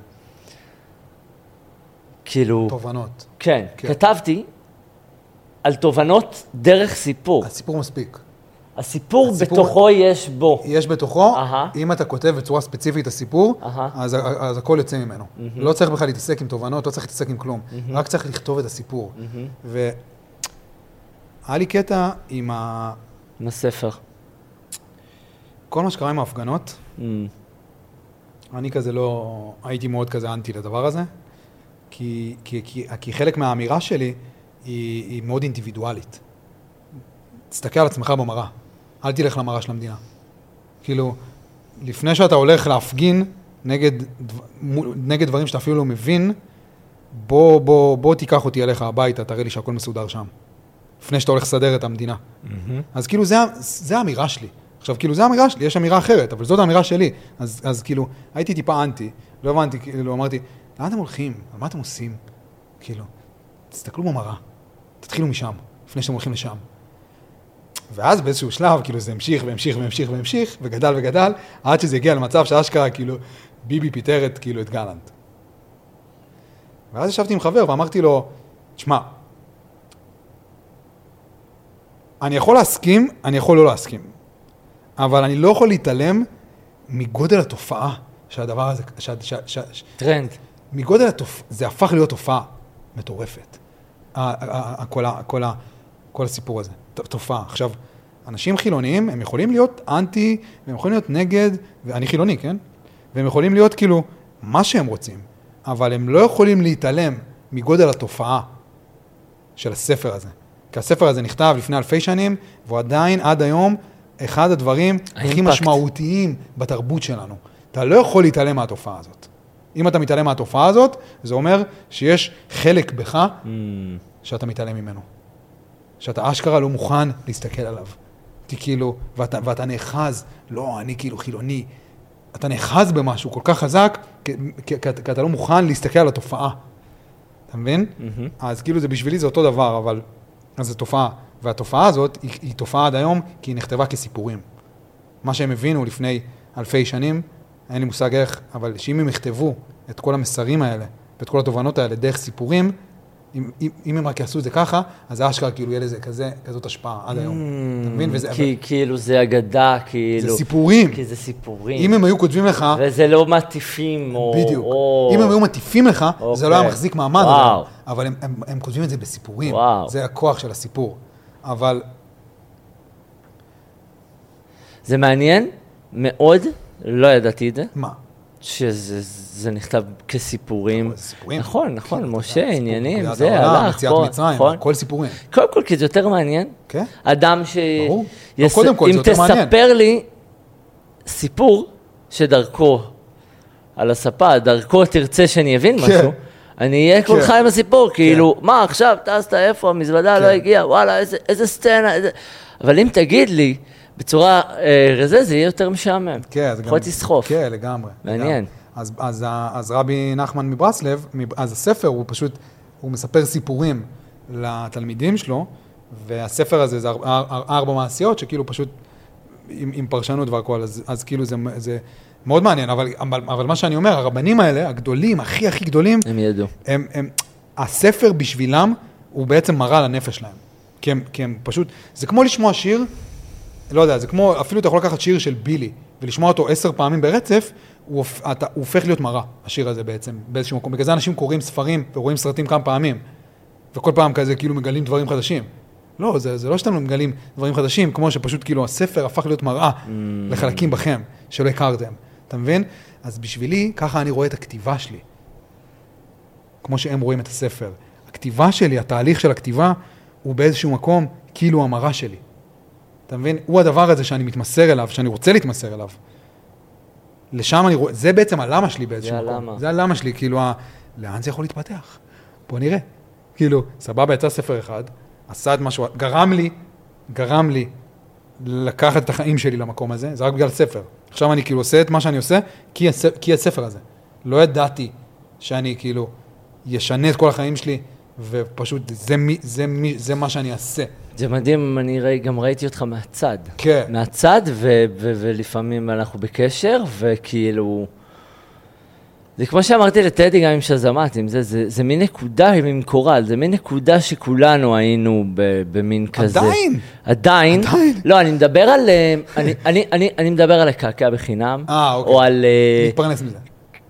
כאילו... תובנות. כן, כתבתי על תובנות דרך סיפור. הסיפור מספיק. הסיפור בתוכו יש בו. יש בתוכו, אם אתה כותב בצורה ספציפית הסיפור, אז הכל יוצא ממנו. לא צריך בכלל להתעסק עם תובנות, לא צריך להתעסק עם כלום. רק צריך לכתוב את הסיפור. והיה לי קטע עם הספר. כל מה שקרה עם ההפגנות, אני כזה לא... הייתי מאוד כזה אנטי לדבר הזה, כי חלק מהאמירה שלי היא מאוד אינדיבידואלית. תסתכל על עצמך במראה, אל תלך למראה של המדינה. כאילו, לפני שאתה הולך להפגין נגד דברים שאתה אפילו לא מבין, בוא תיקח אותי אליך הביתה, תראה לי שהכל מסודר שם. לפני שאתה הולך לסדר את המדינה. אז כאילו, זה האמירה שלי. עכשיו, כאילו, זה האמירה שלי, יש אמירה אחרת, אבל זאת האמירה שלי. אז כאילו, הייתי טיפה אנטי, לא הבנתי, כאילו, אמרתי, לאן אתם הולכים? על מה אתם עושים? כאילו, תסתכלו במראה, תתחילו משם, לפני שאתם הולכים לשם. ואז באיזשהו שלב, כאילו, זה המשיך והמשיך והמשיך והמשיך, וגדל וגדל, עד שזה הגיע למצב שאשכרה, כאילו, ביבי פיטרת, כאילו, את גלנט. ואז ישבתי עם חבר ואמרתי לו, תשמע, אני יכול להסכים, אני יכול לא להסכים. אבל אני לא יכול להתעלם מגודל התופעה שהדבר הזה... טרנד. מגודל התופעה, זה הפך להיות תופעה מטורפת. כל הסיפור הזה, תופעה. עכשיו, אנשים חילוניים, הם יכולים להיות אנטי, והם יכולים להיות נגד, ואני חילוני, כן? והם יכולים להיות כאילו מה שהם רוצים, אבל הם לא יכולים להתעלם מגודל התופעה של הספר הזה. כי הספר הזה נכתב לפני אלפי שנים, והוא עדיין עד היום אחד הדברים הכי משמעותיים בתרבות שלנו. אתה לא יכול להתעלם מהתופעה הזאת. אם אתה מתעלם מהתופעה הזאת, זה אומר שיש חלק בך שאתה מתעלם ממנו. שאתה אשכרה לא מוכן להסתכל עליו. כאילו, ואתה נאחז, לא, אני כאילו חילוני. אתה נאחז במשהו כל כך חזק, כי אתה לא מוכן להסתכל על התופעה. אתה מבין? אז כאילו בשבילי זה אותו דבר, אבל אז זו תופעה. והתופעה הזאת היא תופעה עד היום, כי היא נכתבה כסיפורים. מה שהם הבינו לפני אלפי שנים, אין לי מושג איך, אבל שאם הם יכתבו את כל המסרים האלה, ואת כל התובנות האלה דרך סיפורים, אם הם רק יעשו את זה ככה, אז זה אשכרה כאילו יהיה לזה כזאת השפעה עד היום. אתה מבין? כאילו זה אגדה, כאילו... זה סיפורים. כי זה סיפורים. אם הם היו כותבים לך... וזה לא מטיפים, או... בדיוק. אם הם היו מטיפים לך, זה לא היה מחזיק מעמד. אבל הם כותבים את זה בסיפורים. זה הכוח של הסיפור. אבל... זה מעניין מאוד, לא ידעתי את זה. מה? שזה נכתב כסיפורים. סיפורים. נכון, משה, עניינים, זה הלך פה. נכון. כל סיפורים. קודם כל, כי זה יותר מעניין. כן. אדם ש... ברור. קודם כל, זה יותר מעניין. אם תספר לי סיפור שדרכו על הספה, דרכו תרצה שאני אבין משהו, אני אהיה כולך עם הסיפור, כאילו, מה עכשיו, טסת, איפה, המזוודה לא הגיעה, וואלה, איזה סצנה, אבל אם תגיד לי, בצורה רזה, זה יהיה יותר משעמם. כן, זה גם... פחות תסחוף. כן, לגמרי. מעניין. אז רבי נחמן מברסלב, אז הספר הוא פשוט, הוא מספר סיפורים לתלמידים שלו, והספר הזה זה 4 מעשיות, שכאילו פשוט עם פרשנות והכל, אז כאילו זה מאוד מעניין, אבל מה שאני אומר, הרבנים האלה, הגדולים, הכי גדולים, הם ידעו. הספר בשבילם הוא בעצם מראה לנפש שלהם. כי הם פשוט, זה כמו לשמוע שיר, לא יודע, זה כמו, אפילו אתה יכול לקחת שיר של בילי, ולשמוע אותו 10 פעמים ברצף, הוא הופך להיות מראה, השיר הזה בעצם, באיזשהו מקום. בגלל זה אנשים קוראים ספרים ורואים סרטים כמה פעמים, וכל פעם כזה כאילו מגלים דברים חדשים. לא, זה לא שאתם לא מגלים דברים חדשים, כמו שפשוט כאילו הספר הפך להיות מראה לחלקים בכם, שלא הכרתם. אתה מבין? אז בשבילי, ככה אני רואה את הכתיבה שלי. כמו שהם רואים את הספר. הכתיבה שלי, התהליך של הכתיבה, הוא באיזשהו מקום כאילו המראה שלי. אתה מבין? הוא הדבר הזה שאני מתמסר אליו, שאני רוצה להתמסר אליו. לשם אני רואה, זה בעצם הלמה שלי באיזשהו מקום. זה הלמה שלי, כאילו, לאן זה יכול להתפתח? בוא נראה. כאילו, סבבה, יצא ספר אחד, עשה את משהו, גרם לי לקחת את החיים שלי למקום הזה, זה רק בגלל ספר. עכשיו אני כאילו עושה את מה שאני עושה, כי הספר הזה. לא ידעתי שאני כאילו ישנה את כל החיים שלי, ופשוט זה מה שאני אעשה. זה מדהים, אני גם ראיתי אותך מהצד. כן. מהצד, ולפעמים אנחנו בקשר, וכאילו... זה כמו שאמרתי לטדי גם עם שזמתים, זה מין נקודה עם קורל, זה מין נקודה שכולנו היינו במין כזה. עדיין? עדיין. לא, אני מדבר על... אני מדבר על הקעקע בחינם. אוקיי. או על... להתפרנס מזה.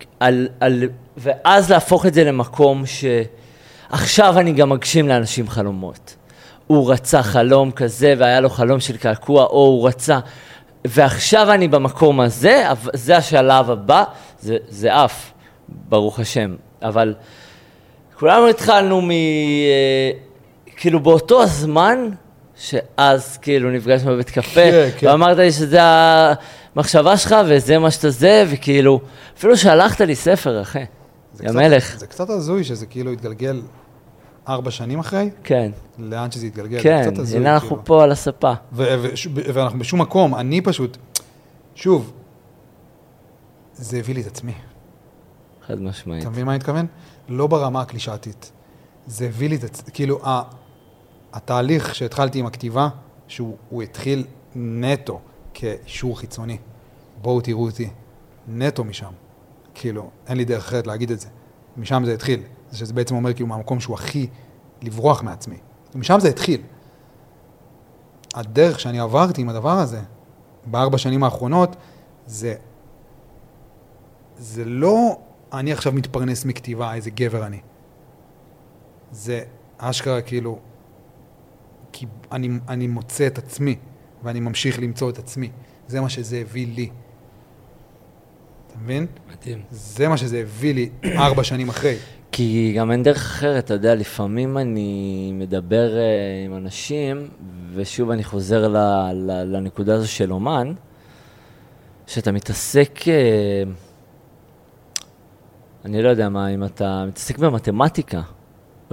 ואז להפוך את זה למקום שעכשיו אני גם מגשים לאנשים חלומות. הוא רצה חלום כזה, והיה לו חלום של קעקוע, או הוא רצה... ועכשיו אני במקום הזה, זה השלב הבא, זה אף, ברוך השם. אבל כולנו התחלנו כאילו באותו הזמן, שאז כאילו נפגשנו בבית קפה, ואמרת לי שזה המחשבה שלך, וזה מה שאתה זה, וכאילו, אפילו שהלכת לי ספר, אחי, המלך. זה קצת הזוי שזה כאילו התגלגל 4 שנים אחרי. כן. לאן שזה התגלגל. כן, הנה אנחנו פה על הספה. ואנחנו בשום מקום, אני פשוט, שוב, זה הביא לי את עצמי. חד משמעית. אתה מבין מה אני מתכוון? לא ברמה הקלישאתית. זה הביא לי את עצמי, כאילו, התהליך שהתחלתי עם הכתיבה, שהוא התחיל נטו כאישור חיצוני. בואו תראו אותי, נטו משם. כאילו, אין לי דרך אחרת להגיד את זה. משם זה התחיל. זה שזה בעצם אומר כאילו מהמקום שהוא הכי לברוח מעצמי. ומשם זה התחיל. הדרך שאני עברתי עם הדבר הזה, ב4 שנים האחרונות, זה לא אני עכשיו מתפרנס מכתיבה, איזה גבר אני. זה אשכרה כאילו, כי אני מוצא את עצמי, ואני ממשיך למצוא את עצמי. זה מה שזה הביא לי. אתה מבין? מדהים. זה מה שזה הביא לי 4 שנים אחרי. כי גם אין דרך אחרת, אתה יודע, לפעמים אני מדבר עם אנשים, ושוב אני חוזר לנקודה הזו של אומן, שאתה מתעסק, אני לא יודע מה, אם אתה מתעסק במתמטיקה, או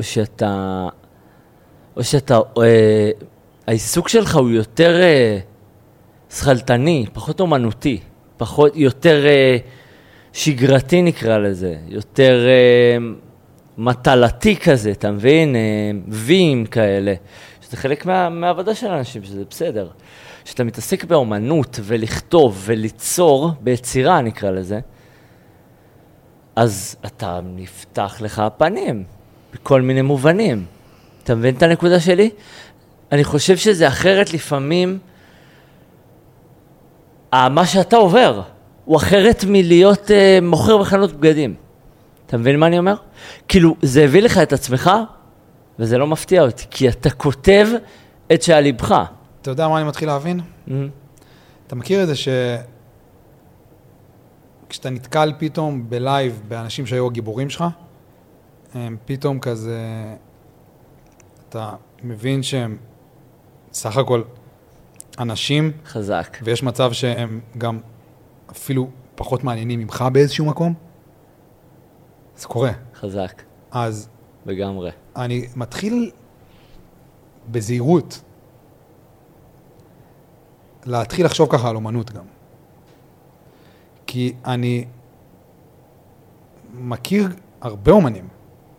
שאתה, העיסוק שלך הוא יותר שכלתני, פחות אומנותי, יותר שגרתי נקרא לזה, יותר מטלתי כזה, אתה מבין? ויים כאלה, שזה חלק מהעבודה של האנשים, שזה בסדר. שאתה מתעסק באומנות ולכתוב וליצור, ביצירה נקרא לזה, אז אתה נפתח לך הפנים, בכל מיני מובנים. אתה מבין את הנקודה שלי? אני חושב שזה אחרת לפעמים, מה שאתה עובר, הוא אחרת מלהיות מוכר בחנות בגדים. אתה מבין מה אני אומר? כאילו, זה הביא לך את עצמך, וזה לא מפתיע אותי, כי אתה כותב את שעל ליבך. אתה יודע מה אני מתחיל להבין? אתה מכיר את זה כשאתה נתקל פתאום בלייב באנשים שהיו הגיבורים שלך, הם פתאום כזה, אתה מבין שהם סך הכל אנשים. חזק. ויש מצב שהם גם אפילו פחות מעניינים ממך באיזשהו מקום. זה קורה. חזק. אז לגמרי. אני מתחיל בזהירות להתחיל לחשוב ככה על אומנות גם. כי אני מכיר הרבה אומנים,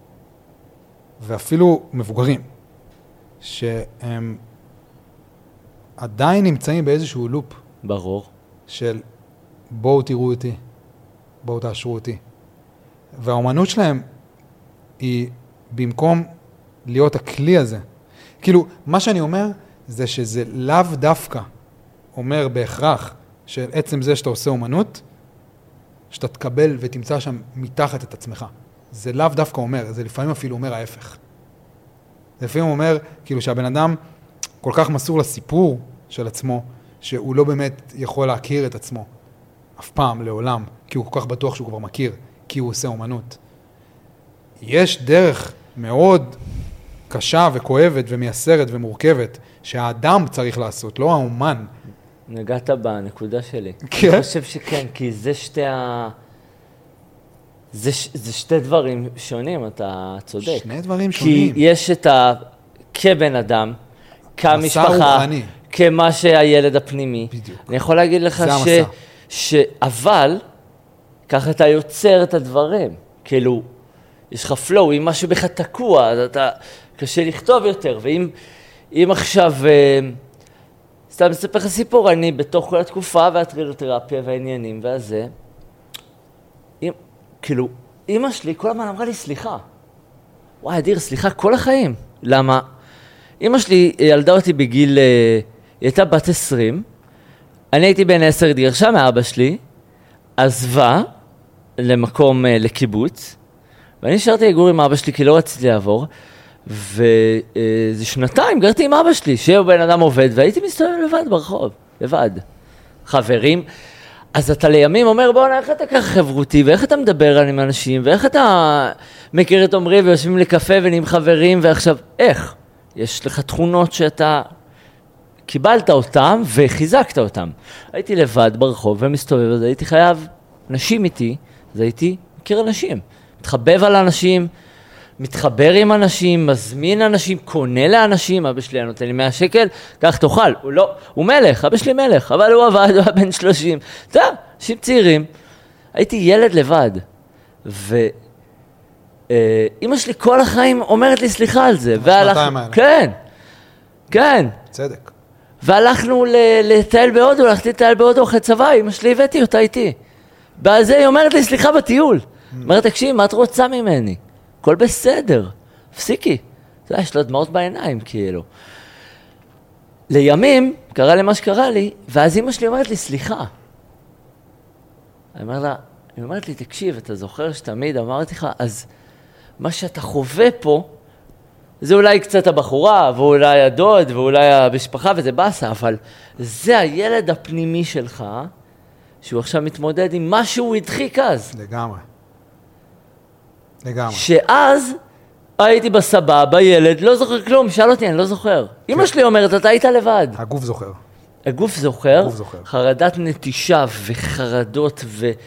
ואפילו מבוגרים, שהם עדיין נמצאים באיזשהו לופ. ברור. של בואו תראו אותי, בואו תאשרו אותי. והאומנות שלהם היא במקום להיות הכלי הזה. כאילו, מה שאני אומר זה שזה לאו דווקא אומר בהכרח של עצם זה שאתה עושה אומנות, שאתה תקבל ותמצא שם מתחת את עצמך. זה לאו דווקא אומר, זה לפעמים אפילו אומר ההפך. זה לפעמים אומר, כאילו שהבן אדם כל כך מסור לסיפור של עצמו, שהוא לא באמת יכול להכיר את עצמו אף פעם, לעולם, כי הוא כל כך בטוח שהוא כבר מכיר, כי הוא עושה אומנות. יש דרך מאוד קשה וכואבת ומייסרת ומורכבת שהאדם צריך לעשות, לא האומן. נגעת בנקודה שלי. כן? אני חושב שכן, כי זה זה שתי דברים שונים, אתה צודק. שני דברים שונים. כי יש כבן אדם, כמשפחה, רוחני. כמה שהילד הפנימי. בדיוק. אני יכול להגיד לך זה אבל, ככה אתה יוצר את הדברים. כאילו, יש לך פלואו, אם משהו בך תקוע, אז אתה קשה לכתוב יותר. ואם עכשיו, סתם מספר לך סיפור, אני בתוך כל התקופה והטרילותרפיה והעניינים והזה, כאילו, אמא שלי כל הזמן אמרה לי סליחה. וואי, אדיר, סליחה כל החיים. למה? אמא שלי ילדה אותי בגיל, היא הייתה בת 20, אני הייתי בן 10, התגרשה מאבא שלי, עזבה למקום, לקיבוץ, ואני נשארתי לגור עם אבא שלי כי לא רציתי לעבור, וזה שנתיים גרתי עם אבא שלי, שהוא בן אדם עובד, והייתי מסתובב לבד ברחוב, לבד. חברים, אז אתה לימים אומר, בוא, איך אתה ככה חברותי, ואיך אתה מדבר עם אנשים, ואיך אתה מכיר את עומרי ויושבים לקפה ונהיים חברים, ועכשיו, איך? יש לך תכונות שאתה קיבלת אותם וחיזקת אותם. הייתי לבד ברחוב ומסתובב, אז הייתי חייב אנשים איתי, אז הייתי מכיר אנשים. מתחבב על אנשים, מתחבר עם אנשים, מזמין אנשים, קונה לאנשים. אבא שלי נותן לי 100 שקל, כך תאכל. הוא מלך, אבא שלי מלך, אבל הוא עבד, הוא היה בן 30. אתה יודע, אנשים צעירים. הייתי ילד לבד. אמא שלי כל החיים אומרת לי סליחה על זה. השנתיים האלה. כן, כן. צדק. והלכנו לטייל בהודו, הלכתי לטייל בהודו אחרי צבא, אמא שלי הבאתי אותה איתי. בזה היא אומרת לי סליחה בטיול. אומרת, תקשיב, מה את רוצה ממני? הכל בסדר, הפסיקי. זה יש לה דמעות בעיניים, כאילו. לימים, קרה לי מה שקרה לי, ואז אמא שלי אומרת לי, סליחה. היא אומרת לי, תקשיב, אתה זוכר שתמיד אמרתי לך, אז מה שאתה חווה פה, זה אולי קצת הבחורה, ואולי הדוד, ואולי המשפחה, וזה בסה, אבל זה הילד הפנימי שלך, שהוא עכשיו מתמודד עם מה שהוא הדחיק אז. לגמרי. לגמרי. שאז הייתי בסבבה, ילד, לא זוכר כלום, שאל אותי, אני לא זוכר. אמא שלי אומרת, אתה היית לבד. הגוף זוכר. הגוף זוכר, הגוף זוכר. חרדת נטישה וחרדות,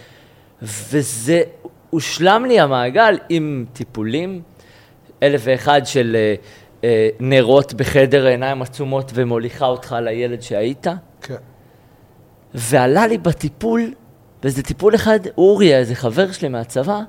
וזה הושלם לי המעגל עם טיפולים, 1001 של נרות בחדר, עיניים עצומות, ומוליכה אותך לילד שהיית. כן. ועלה לי בטיפול, וזה טיפול אחד, אורי, איזה חבר שלי מהצבא,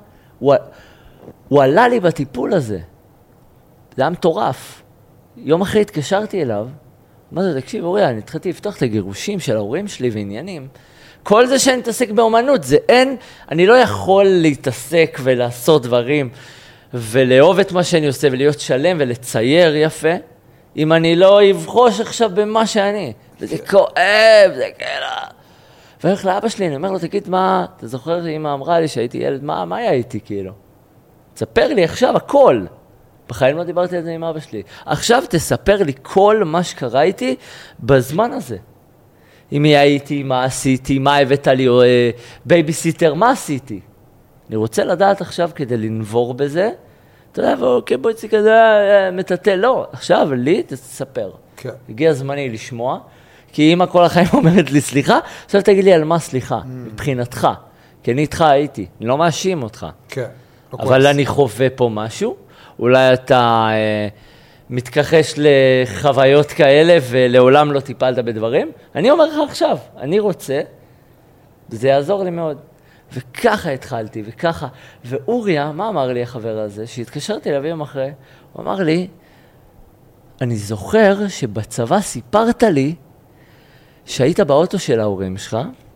הוא עלה לי בטיפול הזה. זה היה מטורף. יום אחרי התקשרתי אליו, אמרתי, תקשיב, אורי, אני התחלתי לפתוח את הגירושים של ההורים שלי ועניינים. כל זה שאני מתעסק באומנות, זה אין, אני לא יכול להתעסק ולעשות דברים, ולאהוב את מה שאני עושה, ולהיות שלם ולצייר יפה, אם אני לא אבחוש עכשיו במה שאני. וזה כואב, זה כאלה. והולך לאבא שלי, אני אומר לו, תגיד, מה, אתה זוכר שאמא אמרה לי שהייתי ילד, מה היה איתי כאילו? תספר לי עכשיו הכל. בחיים לא דיברתי על זה עם אבא שלי. עכשיו תספר לי כל מה שקרה איתי בזמן הזה. אם הייתי, מה עשיתי, מה הבאת לי, בייביסיטר, מה עשיתי? אני רוצה לדעת עכשיו כדי לנבור בזה, אתה יודע, אוקיי, בואי צי כזה, מטטל, לא, עכשיו לי תספר. כן. הגיע זמני לשמוע, כי אמא כל החיים אומרת לי סליחה, עכשיו תגיד לי על מה סליחה, מבחינתך, כי אני איתך הייתי, אני לא מאשים אותך. כן. לא אבל כועס. אני חווה פה משהו, אולי אתה מתכחש לחוויות כאלה ולעולם לא טיפלת בדברים, אני אומר לך עכשיו, אני רוצה, וזה יעזור לי מאוד. וככה התחלתי, וככה, ואוריה, מה אמר לי החבר הזה? שהתקשרתי אליו יום אחרי, הוא אמר לי, אני זוכר שבצבא סיפרת לי שהיית באוטו של ההורים שלך,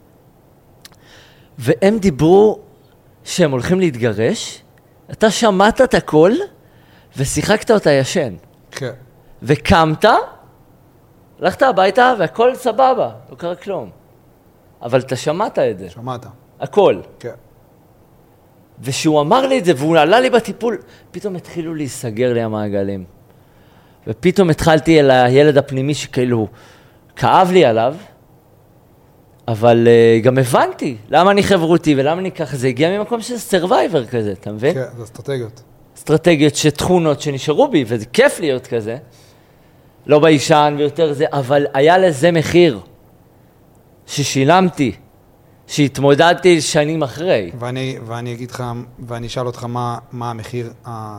והם דיברו שהם הולכים להתגרש, אתה שמעת את הכל, ושיחקת אותה ישן. כן. וקמת, הלכת הביתה, והכל סבבה, לא קרה כלום. אבל אתה שמעת את זה. שמעת. הכל. כן. ושהוא אמר לי את זה, והוא עלה לי בטיפול, פתאום התחילו להיסגר לי המעגלים. ופתאום התחלתי אל הילד הפנימי שכאילו כאב לי עליו, אבל גם הבנתי למה אני חברותי ולמה אני ככה, זה הגיע ממקום של סרווייבר כזה, אתה מבין? כן, זה אסטרטגיות. אסטרטגיות שתכונות שנשארו בי, וזה כיף להיות כזה. לא בישן ויותר זה, אבל היה לזה מחיר ששילמתי, שהתמודדתי שנים אחרי. ואני אגיד לך, ואני אשאל אותך מה המחיר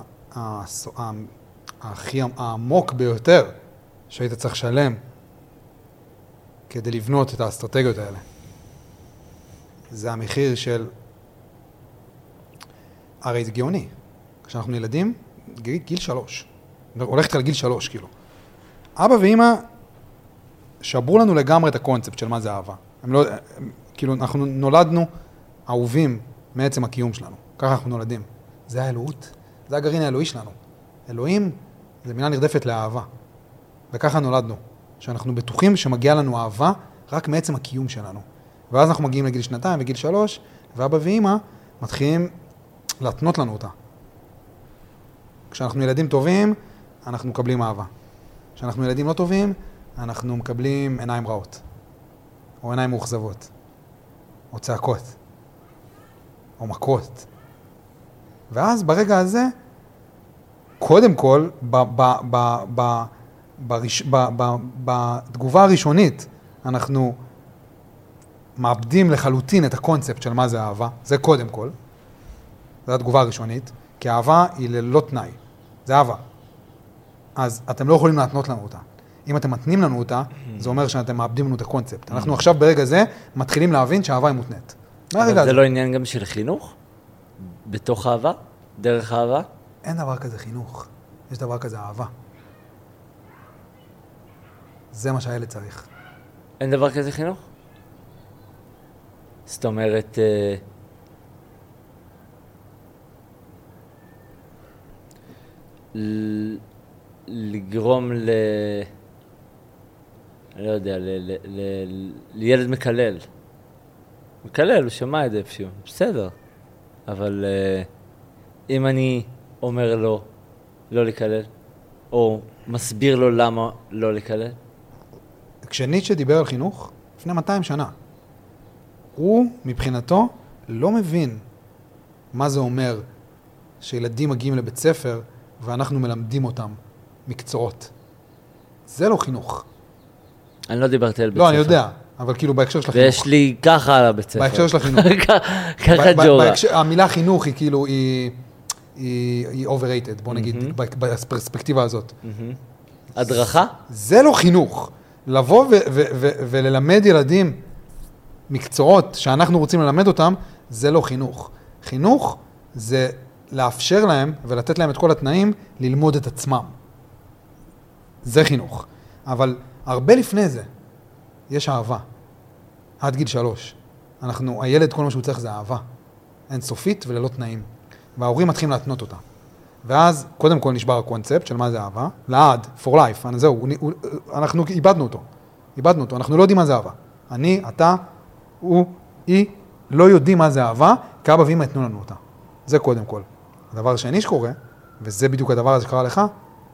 הכי העמוק ביותר שהיית צריך לשלם כדי לבנות את האסטרטגיות האלה. זה המחיר של, הרי זה גאוני. כשאנחנו ילדים, גיל 3. הולכת על גיל 3, כאילו. אבא ואמא שברו לנו לגמרי את הקונספט של מה זה אהבה. כאילו, אנחנו נולדנו אהובים מעצם הקיום שלנו. ככה אנחנו נולדים. זה האלוהות. זה הגרעין האלוהי שלנו. אלוהים זה מילה נרדפת לאהבה. וככה נולדנו. שאנחנו בטוחים שמגיעה לנו אהבה רק מעצם הקיום שלנו. ואז אנחנו מגיעים לגיל 2, לגיל 3, ואבא ואמא מתחילים להתנות לנו אותה. כשאנחנו ילדים טובים, אנחנו מקבלים אהבה. כשאנחנו ילדים לא טובים, אנחנו מקבלים עיניים רעות. או עיניים מאוכזבות. או צעקות. או מכות. ואז ברגע הזה, קודם כל, בתגובה הראשונית, אנחנו מאבדים לחלוטין את הקונספט של מה זה אהבה. זה קודם כל. זו התגובה הראשונית. כי אהבה היא ללא תנאי. זה אהבה. אז אתם לא יכולים להתנות לנו אותה. אם אתם מתנים לנו אותה, זה אומר שאתם מאבדים לנו את הקונספט. אנחנו עכשיו ברגע זה מתחילים להבין שהאהבה היא מותנית. אבל זה לא עניין גם של חינוך? בתוך אהבה? דרך אהבה? אין דבר כזה חינוך. יש דבר כזה אהבה. זה מה שהילד צריך. אין דבר כזה חינוך? זאת אומרת, לגרום אני לא יודע, לילד מקלל. מקלל, הוא שמע את זה איפשהו, בסדר. אבל אם אני אומר לו לא לקלל, או מסביר לו למה לא לקלל? כשניטשה דיבר על חינוך, לפני 200 שנה, הוא מבחינתו לא מבין מה זה אומר שילדים מגיעים לבית ספר ואנחנו מלמדים אותם מקצועות. זה לא חינוך. אני לא דיברתי על בית ספר. לא, אני יודע, אבל כאילו בהקשר של החינוך. ויש לי ככה על הבית ספר. בהקשר של החינוך. ככה ג'ורה. המילה חינוך היא כאילו, היא overrated, בוא נגיד, בפרספקטיבה הזאת. הדרכה? זה לא חינוך. לבוא וללמד ילדים מקצועות שאנחנו רוצים ללמד אותם, זה לא חינוך. חינוך זה לאפשר להם ולתת להם את כל התנאים ללמוד את עצמם. זה חינוך. אבל הרבה לפני זה, יש אהבה. עד גיל 3. הילד, כל מה שהוא צריך זה אהבה. אינסופית וללא תנאים. וההורים מתחילים להתנות אותה. ואז, קודם כל נשבר הקונספט של מה זה אהבה. לעד, for life. זהו, אנחנו איבדנו אותו. אנחנו לא יודעים מה זה אהבה. אני, אתה, הוא, היא, לא יודעים מה זה אהבה, כי אבא ואמא יתנו לנו אותה. זה קודם כל. הדבר השני שקורה, וזה בדיוק הדבר הזה שקרה לך,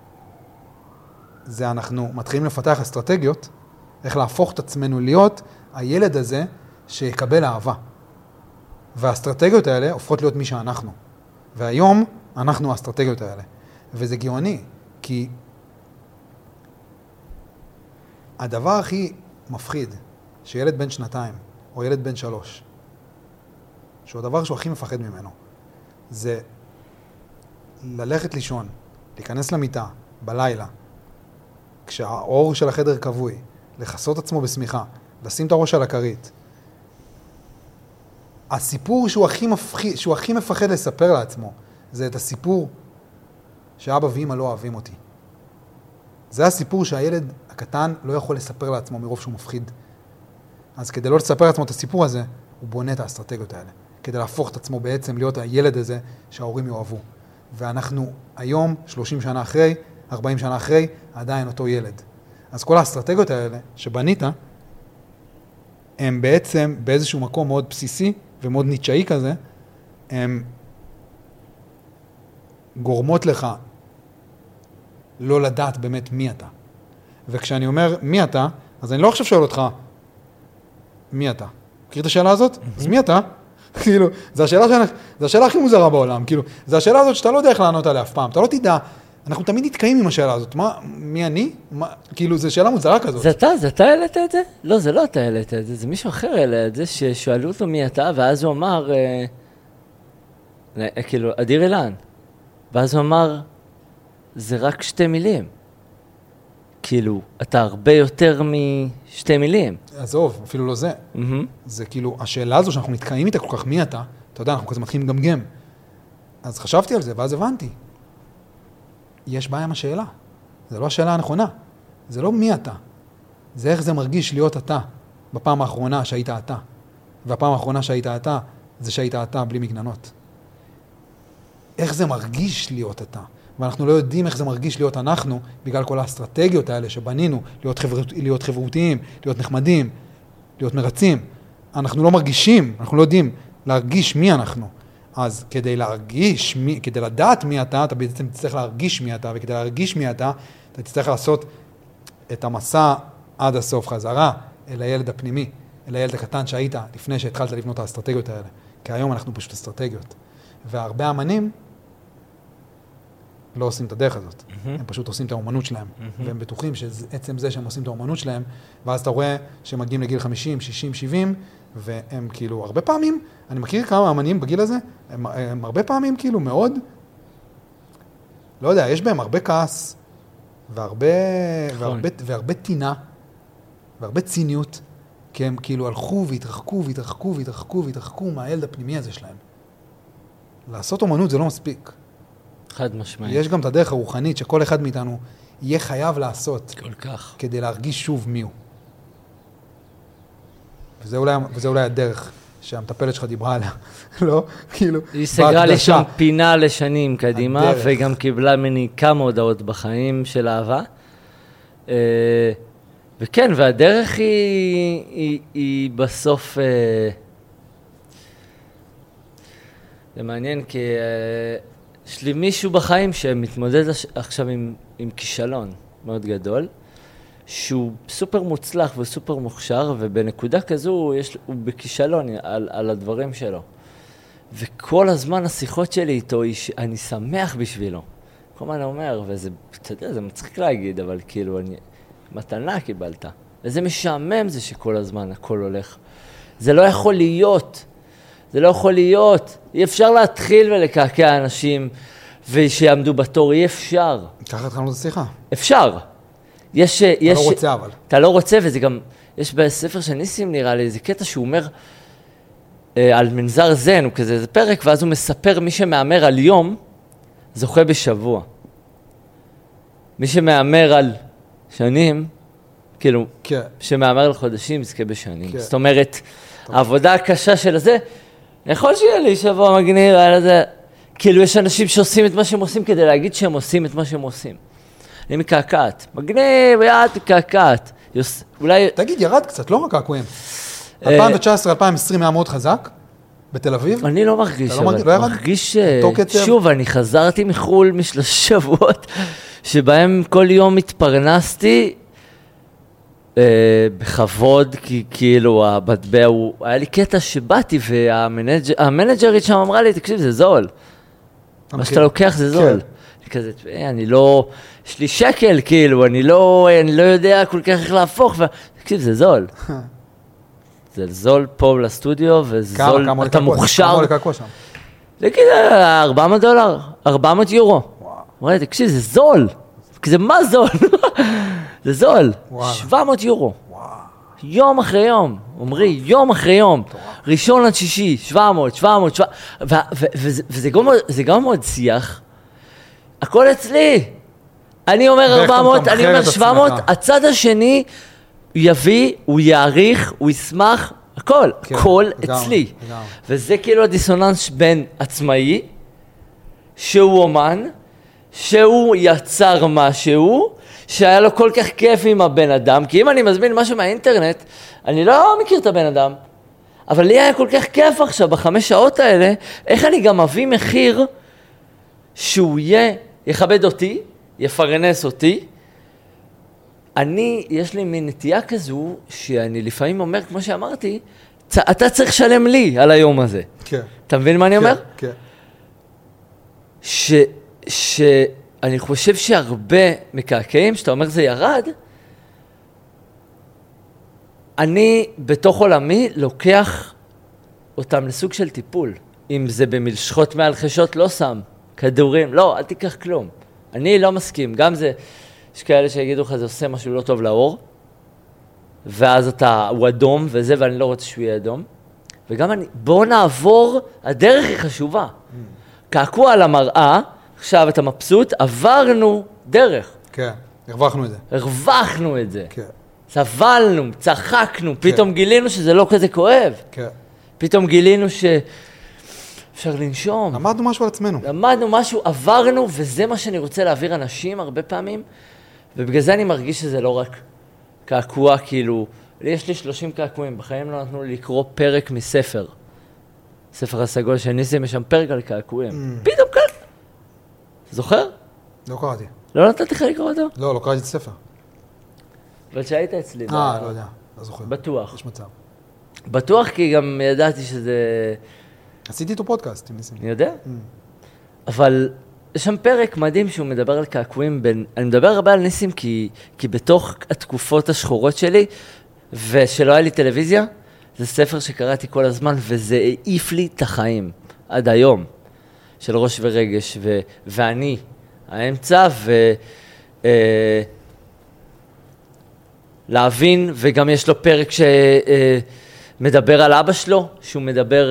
זה אנחנו מתחילים לפתח אסטרטגיות, איך להפוך את עצמנו להיות הילד הזה שיקבל אהבה. והאסטרטגיות האלה הופכות להיות מי שאנחנו. והיום אנחנו האסטרטגיות האלה. וזה גאוני, כי הדבר הכי מפחיד, שילד בן 2 או ילד בן 3, שהוא הדבר שהוא הכי מפחד ממנו, זה ללכת לישון, להיכנס למיטה, בלילה, כשהאור של החדר כבוי, לחסות עצמו בשמיכה, לשים את הראש על הכרית. הסיפור שהוא הכי מפחד לספר לעצמו, זה את הסיפור שאבא ואמא לא אוהבים אותי. זה הסיפור שהילד הקטן לא יכול לספר לעצמו מרוב שהוא מפחיד. אז כדי לא לספר לעצמו את הסיפור הזה, הוא בונה את האסטרטגיות האלה. כדי להפוך את עצמו בעצם להיות הילד הזה שההורים יאהבו. ואנחנו היום, 30 שנה אחרי, 40 שנה אחרי, עדיין אותו ילד. אז כל האסטרטגיות האלה שבנית, הם בעצם באיזשהו מקום מאוד בסיסי ומאוד ניטשאי כזה, הם גורמות לך לא לדעת באמת מי אתה. וכשאני אומר מי אתה, אז אני לא עכשיו שואל אותך מי אתה. מכיר את השאלה הזאת? אז מי אתה? כאילו, זו השאלה הכי מוזרה בעולם. כאילו, זו השאלה הזאת שאתה לא יודע איך לענות עליה אף פעם. אתה לא תדע אנחנו תמיד נתקעים עם השאלה הזאת. מי אני? כאילו, זו שאלה מוזרה כזאת. זה אתה העלית את זה? לא, זה לא אתה העלית את זה, זה מישהו אחר העלה את זה, ששואלו אותו מי אתה, ואז הוא אמר, כאילו, אדיר אילן. ואז הוא אמר, זה רק 2 מילים. כאילו, אתה הרבה יותר מ2 מילים. עזוב, אפילו לא זה. זה כאילו, השאלה הזו שאנחנו נתקעים איתה כל כך, מי אתה? אתה יודע, אנחנו כזה מתחילים לגמגם. אז חשבתי על זה, ואז הבנתי. יש בעיה עם השאלה. זה לא השאלה הנכונה. זה לא מי אתה. זה איך זה מרגיש להיות אתה, בפעם האחרונה שהיית אתה. והפעם האחרונה שהיית אתה, זה שהיית אתה בלי מגננות. איך זה מרגיש להיות אתה. ואנחנו לא יודעים איך זה מרגיש להיות אנחנו, בגלל כל האסטרטגיות האלה שבנינו, להיות חברותיים, להיות נחמדים, להיות מרצים. אנחנו לא מרגישים, אנחנו לא יודעים להרגיש מי אנחנו. אז כדי לדעת מי אתה, אתה בעצם תצטרך להרגיש מי אתה, וכדי להרגיש מי אתה תצטרך לעשות את המסע עד הסוף חזרה אל הילד הפנימי, אל הילד הקטן שהיית לפני שהתחלת לבנות האסטרטגיות האלה. כי היום אנחנו פשוט אסטרטגיות. והרבה אמנים לא עושים את הדרך הזאת. הם פשוט עושים את האומנות שלהם. והם בטוחים שעצם זה שהם עושים את האומנות שלהם, ואז אתה רואה שהם מגיעים לגיל 50, 60, 70, והם כאילו הרבה פעמים, אני מכיר כמה אמנים בגיל הזה, הם הרבה פעמים כאילו מאוד, לא יודע, יש בהם הרבה כעס, והרבה טינה, והרבה ציניות, כי הם כאילו הלכו והתרחקו מהילד הפנימי הזה שלהם. לעשות אומנות זה לא מספיק. חד משמעית. יש גם את הדרך הרוחנית שכל אחד מאיתנו יהיה חייב לעשות. כל כך. כדי להרגיש שוב מי הוא. וזה אולי הדרך שהמטפלת שלך דיברה עליה. לא? כאילו, היא סגרה לי שם פינה לשנים קדימה, הדרך. וגם קיבלה ממני כמה הודעות בחיים של אהבה. וכן, והדרך היא בסוף... זה מעניין כי... יש לי מישהו בחיים שמתמודד עכשיו עם כישלון מאוד גדול, שהוא סופר מוצלח וסופר מוכשר, ובנקודה כזו הוא בכישלון על הדברים שלו. וכל הזמן השיחות שלי איתו, אני שמח בשבילו. כל מה אני אומר, וזה, אתה יודע, זה מצחיק להגיד, אבל כאילו, מתנה קיבלת. וזה משעמם זה שכל הזמן הכל הולך. זה לא יכול להיות. זה לא יכול להיות. אי אפשר להתחיל ולקעקע אנשים ושיעמדו בתור. אי אפשר. ככה התחלנו את השיחה. אפשר. אתה לא רוצה אבל. אתה לא רוצה, וזה גם, יש בספר של ניסים נראה לי, איזה קטע שהוא אומר על מנזר זן, הוא כזה, זה פרק, ואז הוא מספר מי שמאמר על יום, זוכה בשבוע. מי שמאמר על שנים, כאילו, כן. שמאמר על חודשים, זכה בשנים. כן. זאת אומרת, העבודה הקשה של הזה, יכול שיהיה לי שבוע מגניב על זה. כאילו יש אנשים שעושים את מה שהם עושים כדי להגיד שהם עושים את מה שהם עושים. אני מקעקעת. מגניב, יד מקעקעת. אולי... תגיד, ירד קצת, לא רק קעקועים. 2019-2020 היה מאוד חזק, בתל אביב. אני לא מרגיש, אבל מרגיש שוב, אני חזרתי מחול משלוש שבועות, שבהם כל יום התפרנסתי, בכבוד, כי כאילו המטבע הוא, היה לי קטע שבאתי והמנג'רית שם אמרה לי, תקשיב, זה זול. מה שאתה לוקח זה זול. כזה, אני לא, יש לי שקל כאילו, אני לא יודע כל כך איך להפוך, תקשיב, זה זול. זה זול פה לסטודיו, וזול, אתה מוכשר. כמה לקעקוע שם? להגיד, $400, 400 יורו. וואי, תקשיב, זה זול. זה מה זול? זה זול, 700 יורו. יום אחרי יום, אומרי, יום אחרי יום. ראשון עד שישי, 700. וזה גם מאוד שיח. הכל אצלי. אני אומר 400, אני אומר 700, הצד השני יביא, הוא יעריך, הוא ישמח, הכל. הכל אצלי. וזה כאילו הדיסוננס בין עצמאי, שהוא אומן, שהוא יצר משהו, שהיה לו כל כך כיף עם הבן אדם, כי אם אני מזמין משהו מהאינטרנט, אני לא מכיר את הבן אדם, אבל לי היה כל כך כיף עכשיו, 5 שעות האלה, איך אני גם מביא מחיר, שהוא יכבד אותי, יפרנס אותי, יש לי מין נטייה כזו, שאני לפעמים אומר, כמו שאמרתי, אתה צריך לשלם לי על היום הזה. כן. אתה מבין מה אני אומר? כן. אני חושב שהרבה מקעקעים, שאתה אומר זה ירד, אני בתוך עולמי לוקח אותם לסוג של טיפול. אם זה במלשכות מעל חשות, לא שם. כדורים, לא, אל תיקח כלום. אני לא מסכים. גם זה, יש כאלה שיגידו לך, זה עושה משהו לא טוב לאור, ואז הוא אדום וזה, ואני לא רוצה שהוא יהיה אדום. וגם בואו נעבור, הדרך היא חשובה. קעקוע על המראה, עכשיו אתה מבסוט, עברנו דרך. כן, הרווחנו את זה. הרווחנו את זה. כן. סבלנו, צחקנו, פתאום גילינו שזה לא כזה כואב. כן. פתאום גילינו שאפשר לנשום. למדנו משהו על עצמנו. למדנו משהו, עברנו, וזה מה שאני רוצה להעביר אנשים הרבה פעמים, ובגלל זה אני מרגיש שזה לא רק קעקוע, כאילו, יש לי 30 קעקועים, בחיים לא נתנו לי לקרוא פרק מספר. ספר הסגול של ניסים, יש שם פרק על קעקועים. פתאום כאן. זוכר? לא קראתי. לא נתתי לך לקרוא אותו? לא קראתי את הספר. אבל שהיית אצלי. לא יודע, לא זוכר. בטוח. יש מצב. בטוח כי גם ידעתי שזה... עשיתי איתו פודקאסט עם ניסים. אני יודע. אבל יש שם פרק מדהים שהוא מדבר על קעקועים בין... אני מדבר הרבה על ניסים כי בתוך התקופות השחורות שלי, ושלא היה לי טלוויזיה, זה ספר שקראתי כל הזמן, וזה העיף לי את החיים, עד היום, של ראש ורגש, ואני, האמצע, להבין, וגם יש לו פרק שמדבר על אבא שלו, שהוא מדבר,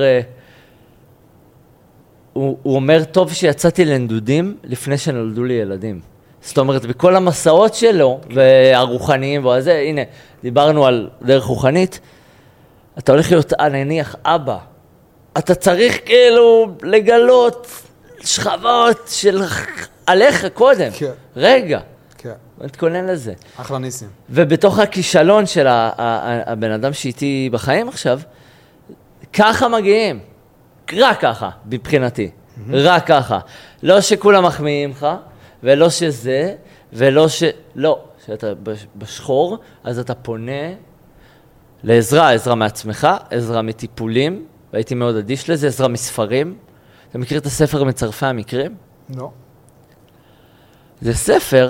הוא אומר, טוב שיצאתי לנדודים לפני שנולדו לי ילדים. זאת אומרת, בכל המסעות שלו, והרוחניים והזה, הנה, דיברנו על דרך רוחנית, אתה הולך להיות נניח אבא. אתה צריך כאילו לגלות שכבות של עליך קודם. כן. רגע. כן. ותכונן לזה. אחלה ניסים. ובתוך הכישלון של הבן אדם שאיתי בחיים עכשיו, ככה מגיעים. רק ככה, מבחינתי. רק ככה. לא שכולם מחמיאים לך, ולא שזה, ולא לא. שאתה בשחור, אז אתה פונה לעזרה, עזרה מעצמך, עזרה מטיפולים, והייתי מאוד אדיש לזה, עזרה מספרים. אתה מכיר את הספר מצרפי המקרים? לא. זה ספר,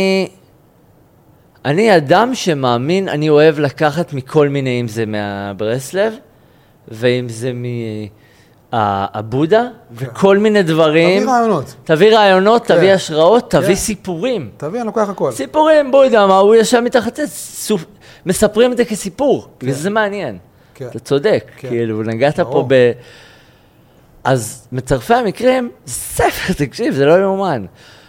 אני אדם שמאמין, אני אוהב לקחת מכל מיני, אם זה מהברסלב, ואם זה מהבודה, וכל מיני דברים. תביא רעיונות. תביא רעיונות, תביא השראות, תביא סיפורים. תביא, אני לוקח הכל. סיפורים, בודה, מה הוא ישב מתחת זה, מספרים את זה כסיפור, בגלל זה מעניין. אתה צודק, כאילו, נגעת פה אז מצרפי המקרים, ספר, תקשיב, זה לא יאומן.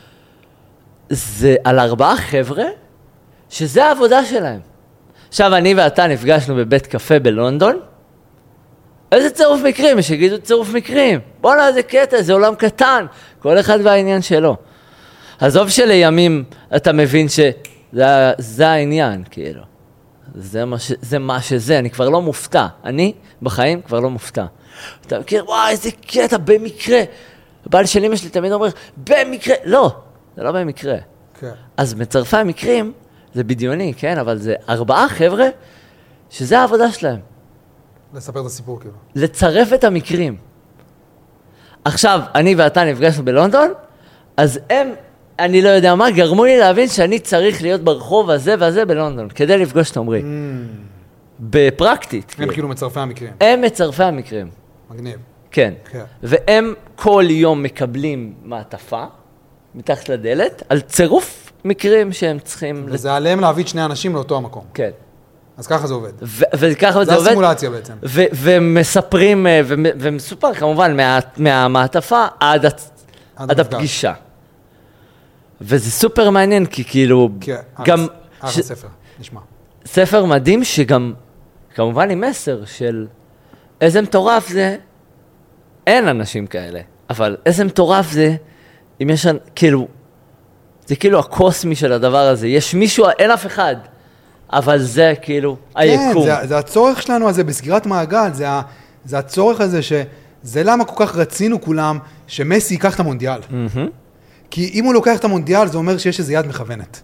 זה על 4 חבר'ה, שזה העבודה שלהם. עכשיו, אני ואתה נפגשנו בבית קפה בלונדון, איזה צירוף מקרים? יש שיגידו צירוף מקרים. בוא נה, זה קטע, זה עולם קטן, כל אחד והעניין שלו. עזוב שלימים אתה מבין שזה העניין, כאילו. זה מה שזה, אני כבר לא מופתע. אני בחיים כבר לא מופתע. אתה מכיר, וואי, איזה קטע, במקרה. הבעל של אמא שלי תמיד אומר, במקרה. לא, זה לא במקרה. כן. אז מצרפי המקרים, זה בדיוני, כן? אבל זה 4 חבר'ה, שזה העבודה שלהם. לספר את הסיפור כאילו. לצרף את המקרים. עכשיו, אני ואתה נפגשנו בלונדון, אז אני לא יודע מה, גרמו לי להבין שאני צריך להיות ברחוב הזה והזה בלונדון, כדי לפגוש את עומרי. בפרקטית. הם כאילו מצרפי המקרים. הם מצרפי המקרים. מגניב. כן. כן. והם כל יום מקבלים מעטפה, מתחת לדלת, על צירוף מקרים שהם צריכים... וזה עליהם להביא 2 אנשים לאותו המקום. כן. אז ככה זה עובד. וככה זה עובד. זה הסימולציה בעצם. ומספרים, ומסופר כמובן מהמעטפה עד הפגישה. וזה סופר מעניין, כי כאילו... כן, גם... אחלה ספר, נשמע. ספר מדהים שגם, כמובן עם מסר של איזה מטורף זה, אין אנשים כאלה, אבל איזה מטורף זה, אם יש, כאילו, זה כאילו הקוסמי של הדבר הזה, יש מישהו, אין אף אחד, אבל זה כאילו היקום. כן, זה הצורך שלנו הזה בסגירת מעגל, זה הצורך הזה זה למה כל כך רצינו כולם שמסי ייקח את המונדיאל. כי אם הוא לוקח את המונדיאל, זה אומר שיש איזו יד מכוונת.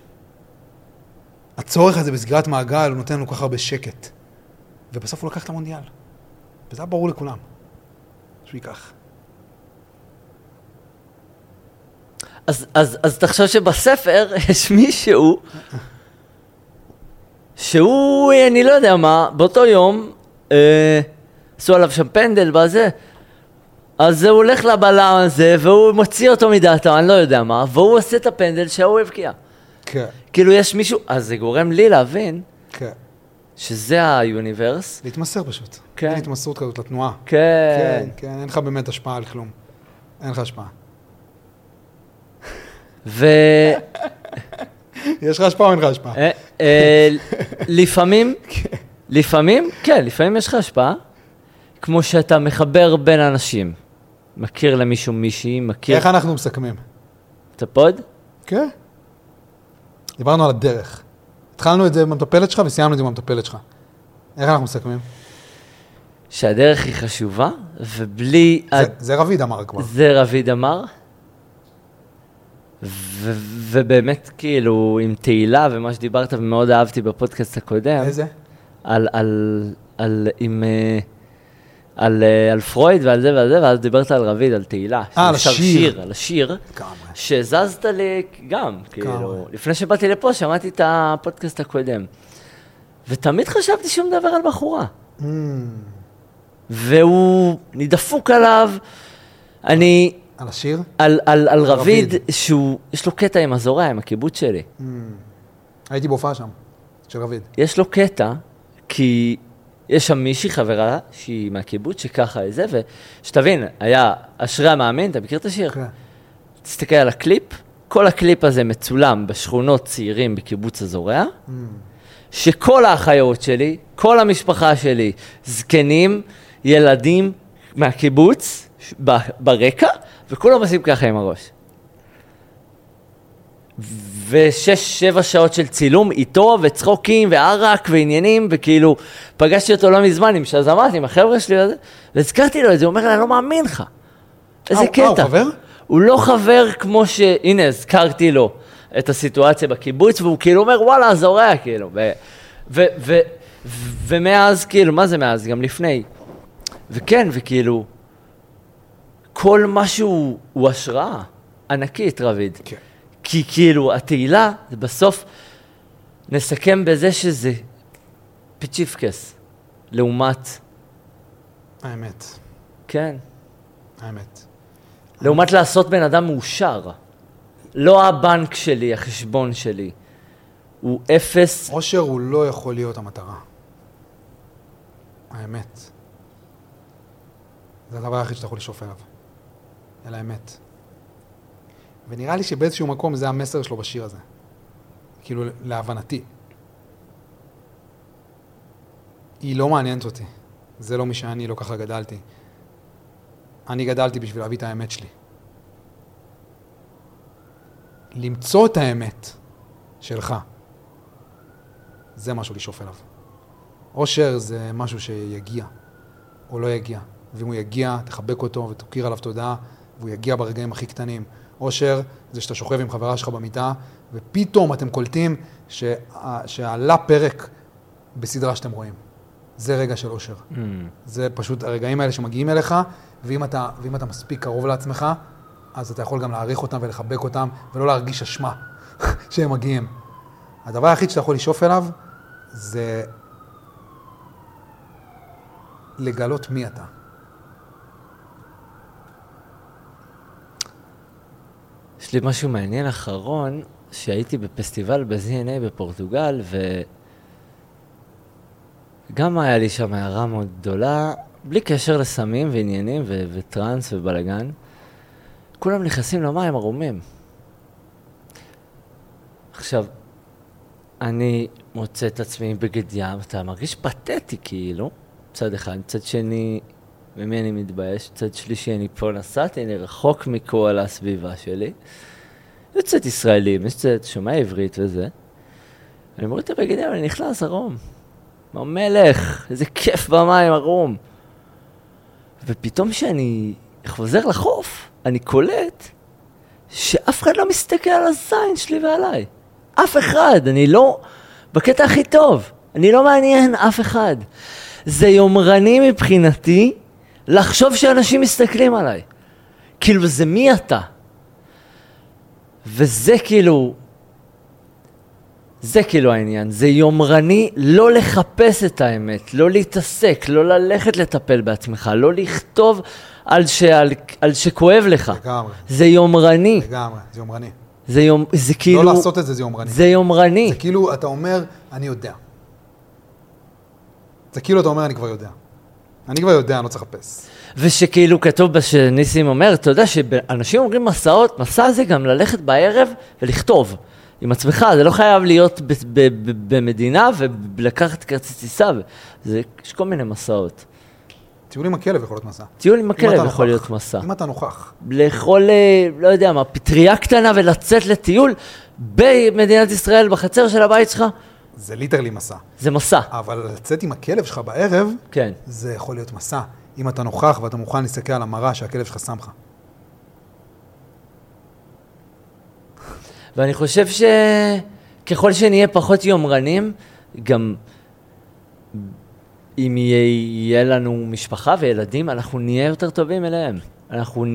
הצורך הזה בסגירת מעגל, הוא נותן לנו כל כך הרבה שקט. ובסוף הוא לקח את המונדיאל. וזה היה ברור לכולם. שהוא ייקח. אז תחשוב שבספר יש מישהו, שהוא, אני לא יודע מה, באותו יום, עשו עליו שם פנדל בזה, אז הוא הולך לבלם הזה, והוא מוציא אותו מדעתו, אני לא יודע מה, והוא עושה את הפנדל שהוא הבקיע. כן. כאילו יש מישהו, אז זה גורם לי להבין, כן. שזה היוניברס. להתמסר פשוט. כן. אין התמסרות כזאת לתנועה. כן. כן, כן, אין לך באמת השפעה על כלום. אין לך השפעה. יש לך השפעה או אין לך השפעה? לפעמים יש לך השפעה, כמו שאתה מחבר בין אנשים. מכיר למישהו מישהי, מכיר... איך אנחנו מסכמים? את הפוד? כן. דיברנו על הדרך. התחלנו את זה במטפלת שלך וסיימנו את זה במטפלת שלך. איך אנחנו מסכמים? שהדרך היא חשובה, ובלי... זה רביד אמר כבר. זה רביד אמר. ובאמת, כאילו, עם תהילה ומה שדיברת, ומאוד אהבתי בפודקאסט הקודם. איזה? על פרויד ועל זה ועל זה, ואז דיברת על רביד, על תהילה. על השיר. על השיר. שזזת לי גם, כאילו. לפני שבאתי לפה, שמעתי את הפודקאסט הקודם. ותמיד חשבתי שהוא מדבר על בחורה. והוא נדפוק עליו. אני... על השיר? על רביד, שהוא, יש לו קטע עם הזורע, עם הקיבוץ שלי. הייתי בהופעה שם, של רביד. יש לו קטע, כי יש שם מישהי חברה, שהיא מהקיבוץ, שככה איזה, ושתבין, היה אשרי המאמין, אתה מכיר את השיר? כן. תסתכל על הקליפ, כל הקליפ הזה מצולם בשכונות צעירים בקיבוץ הזורע, שכל האחיות שלי, כל המשפחה שלי, זקנים, ילדים מהקיבוץ, ברקע, וכולם עושים ככה עם הראש. ו6-7 שעות של צילום איתו, וצחוקים, וערק, ועניינים, וכאילו, פגשתי אותו לא מזמן עם שזמת, עם החבר'ה שלי, והזכרתי לו את זה, הוא אומר לי, אני לא מאמין לך. איזה קטע. הוא חבר? הוא לא חבר כמו הנה, הזכרתי לו את הסיטואציה בקיבוץ, והוא כאילו אומר, וואלה, זורע, כאילו. ומאז, כאילו, מה זה מאז? גם לפני. וכן, וכאילו, כל משהו הוא השראה ענקית, רביד. כן. כי כאילו, התהילה, זה בסוף נסכם בזה שזה פיצ'יפקס, לעומת... האמת. כן. האמת. לעומת לעשות בן אדם מאושר. לא הבנק שלי, החשבון שלי. הוא אפס... אושר הוא לא יכול להיות המטרה. האמת. זה הדבר היחיד שאתה יכול לשאוף אליו. אל האמת. ונראה לי שבאיזשהו מקום זה המסר שלו בשיר הזה. כאילו, להבנתי. היא לא מעניינת אותי. זה לא מי שאני, לא ככה גדלתי. אני גדלתי בשביל להביא את האמת שלי. למצוא את האמת שלך. זה משהו לשאוף אליו. אושר זה משהו שיגיע, או לא יגיע. ואם הוא יגיע, תחבק אותו ותוקיר עליו תודה, והוא יגיע ברגעים הכי קטנים. אושר זה שאתה שוכב עם חברה שלך במיטה, ופתאום אתם קולטים שעלה פרק בסדרה שאתם רואים. זה רגע של אושר. זה פשוט הרגעים האלה שמגיעים אליך, ואם אתה מספיק קרוב לעצמך, אז אתה יכול גם להעריך אותם ולחבק אותם, ולא להרגיש אשמה שהם מגיעים. הדבר היחיד שאתה יכול לשאוף אליו, זה לגלות מי אתה. יש לי משהו מעניין אחרון, שהייתי בפסטיבל ב-ZNA בפורטוגל, וגם היה לי שם הערה מאוד גדולה, בלי קשר לסמים ועניינים וטרנס ובלגן, כולם נכנסים למים ערומים. עכשיו, אני מוצא את עצמי בגד ים, אתה מרגיש פתטי כאילו, צד אחד, צד שני, ממי אני מתבייש, צד שלישי אני פה נסעתי, אני רחוק מכל הסביבה שלי. יש צד ישראלים, יש צד שומע עברית וזה. אני מוריד את הבגד ים, אני נכנס ערום. מלך, איזה כיף במים ערום. ופתאום שאני חוזר לחוף, אני קולט שאף אחד לא מסתכל על הזין שלי ועליי. אף אחד, אני לא, בקטע הכי טוב, אני לא מעניין אף אחד. זה יומרני מבחינתי לחשוב שאנשים מסתכלים עליי. כאילו, זה מי אתה? וזה כאילו, זה כאילו העניין, זה יומרני לא לחפש את האמת, לא להתעסק, לא ללכת לטפל בעצמך, לא לכתוב על שכואב לך. לגמרי. זה יומרני. לגמרי, זה יומרני. זה כאילו... לא לעשות את זה, זה יומרני. זה יומרני. זה כאילו, אתה אומר, אני יודע. זה כאילו, אתה אומר, אני כבר יודע. אני כבר יודע, אני לא צריך לחפש. ושכאילו כתוב שניסים אומר, אתה יודע שאנשים אומרים מסעות, מסע זה גם ללכת בערב ולכתוב עם עצמך, זה לא חייב להיות במדינה ולקחת כרטיס טיסה, יש כל מיני מסעות. טיול עם הכלב יכול להיות מסע. טיול עם הכלב יכול להיות מסע. אם אתה נוכח. לאכול, לא יודע מה, פטריה קטנה ולצאת לטיול במדינת ישראל, בחצר של הבית שלך, זה ליטרלי מסע. זה מסע. אבל לצאת עם הכלב שלך בערב, כן. זה יכול להיות מסע. אם אתה נוכח ואתה מוכן להסתכל על המראה שהכלב שלך שם לך. ואני חושב שככל שנהיה פחות יומרנים, גם אם יהיה לנו משפחה וילדים, אנחנו נהיה יותר טובים אליהם. אנחנו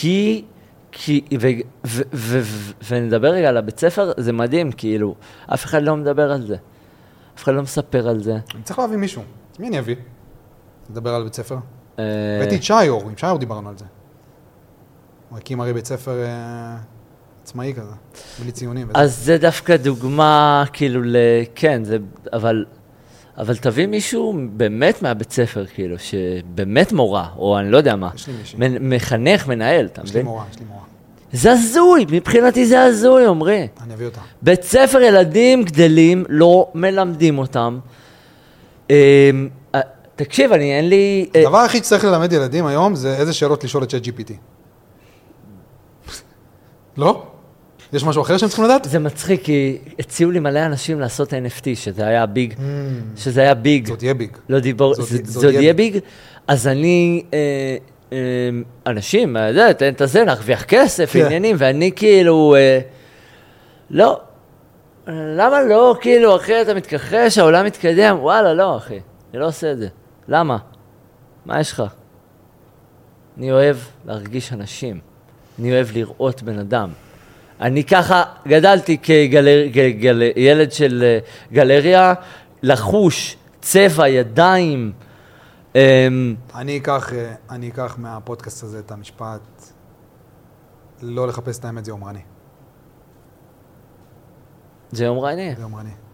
ונדבר רגע על הבית ספר, זה מדהים, כאילו, אף אחד לא מדבר על זה. אף אחד לא מספר על זה. אני צריך להביא מישהו. מי אני אביא? נדבר על בית ספר? הבאתי את שיור, עם שיור דיברנו על זה. הוא הקים הרי בית ספר עצמאי כזה, בלי ציונים. אז זה דווקא דוגמה, כאילו, כן, זה, אבל תביא מישהו באמת מהבית ספר, כאילו, שבאמת מורה, או אני לא יודע מה. יש לי מישהי. מחנך, מנהל, אתה מבין? יש לי מורה, יש לי מורה. זה הזוי, מבחינתי זה הזוי, אומרי. אני אביא אותה. בית ספר ילדים גדלים, לא מלמדים אותם. תקשיב, אין לי... הדבר הכי שצריך ללמד ילדים היום זה איזה שאלות לשאול את ChatGPT. לא? יש משהו אחר שהם צריכים לדעת? זה מצחיק, כי הציעו לי מלא אנשים לעשות NFT, שזה היה ביג. שזה היה ביג. זאת יהיה ביג. לא דיבור, זאת יהיה ביג. אז אני... אנשים, תן את זה, נרוויח כסף, עניינים, ואני כאילו... לא. למה לא? כאילו, אחרי אתה מתכחש, העולם מתקדם. וואלה, לא, אחי. אני לא עושה את זה. למה? מה יש לך? אני אוהב להרגיש אנשים. אני אוהב לראות בן אדם. אני ככה גדלתי כילד של גלריה, לחוש, צבע, ידיים. אני אקח מהפודקאסט הזה את המשפט, לא לחפש את האמת, זה יומרני. זה יומרני? זה יומרני.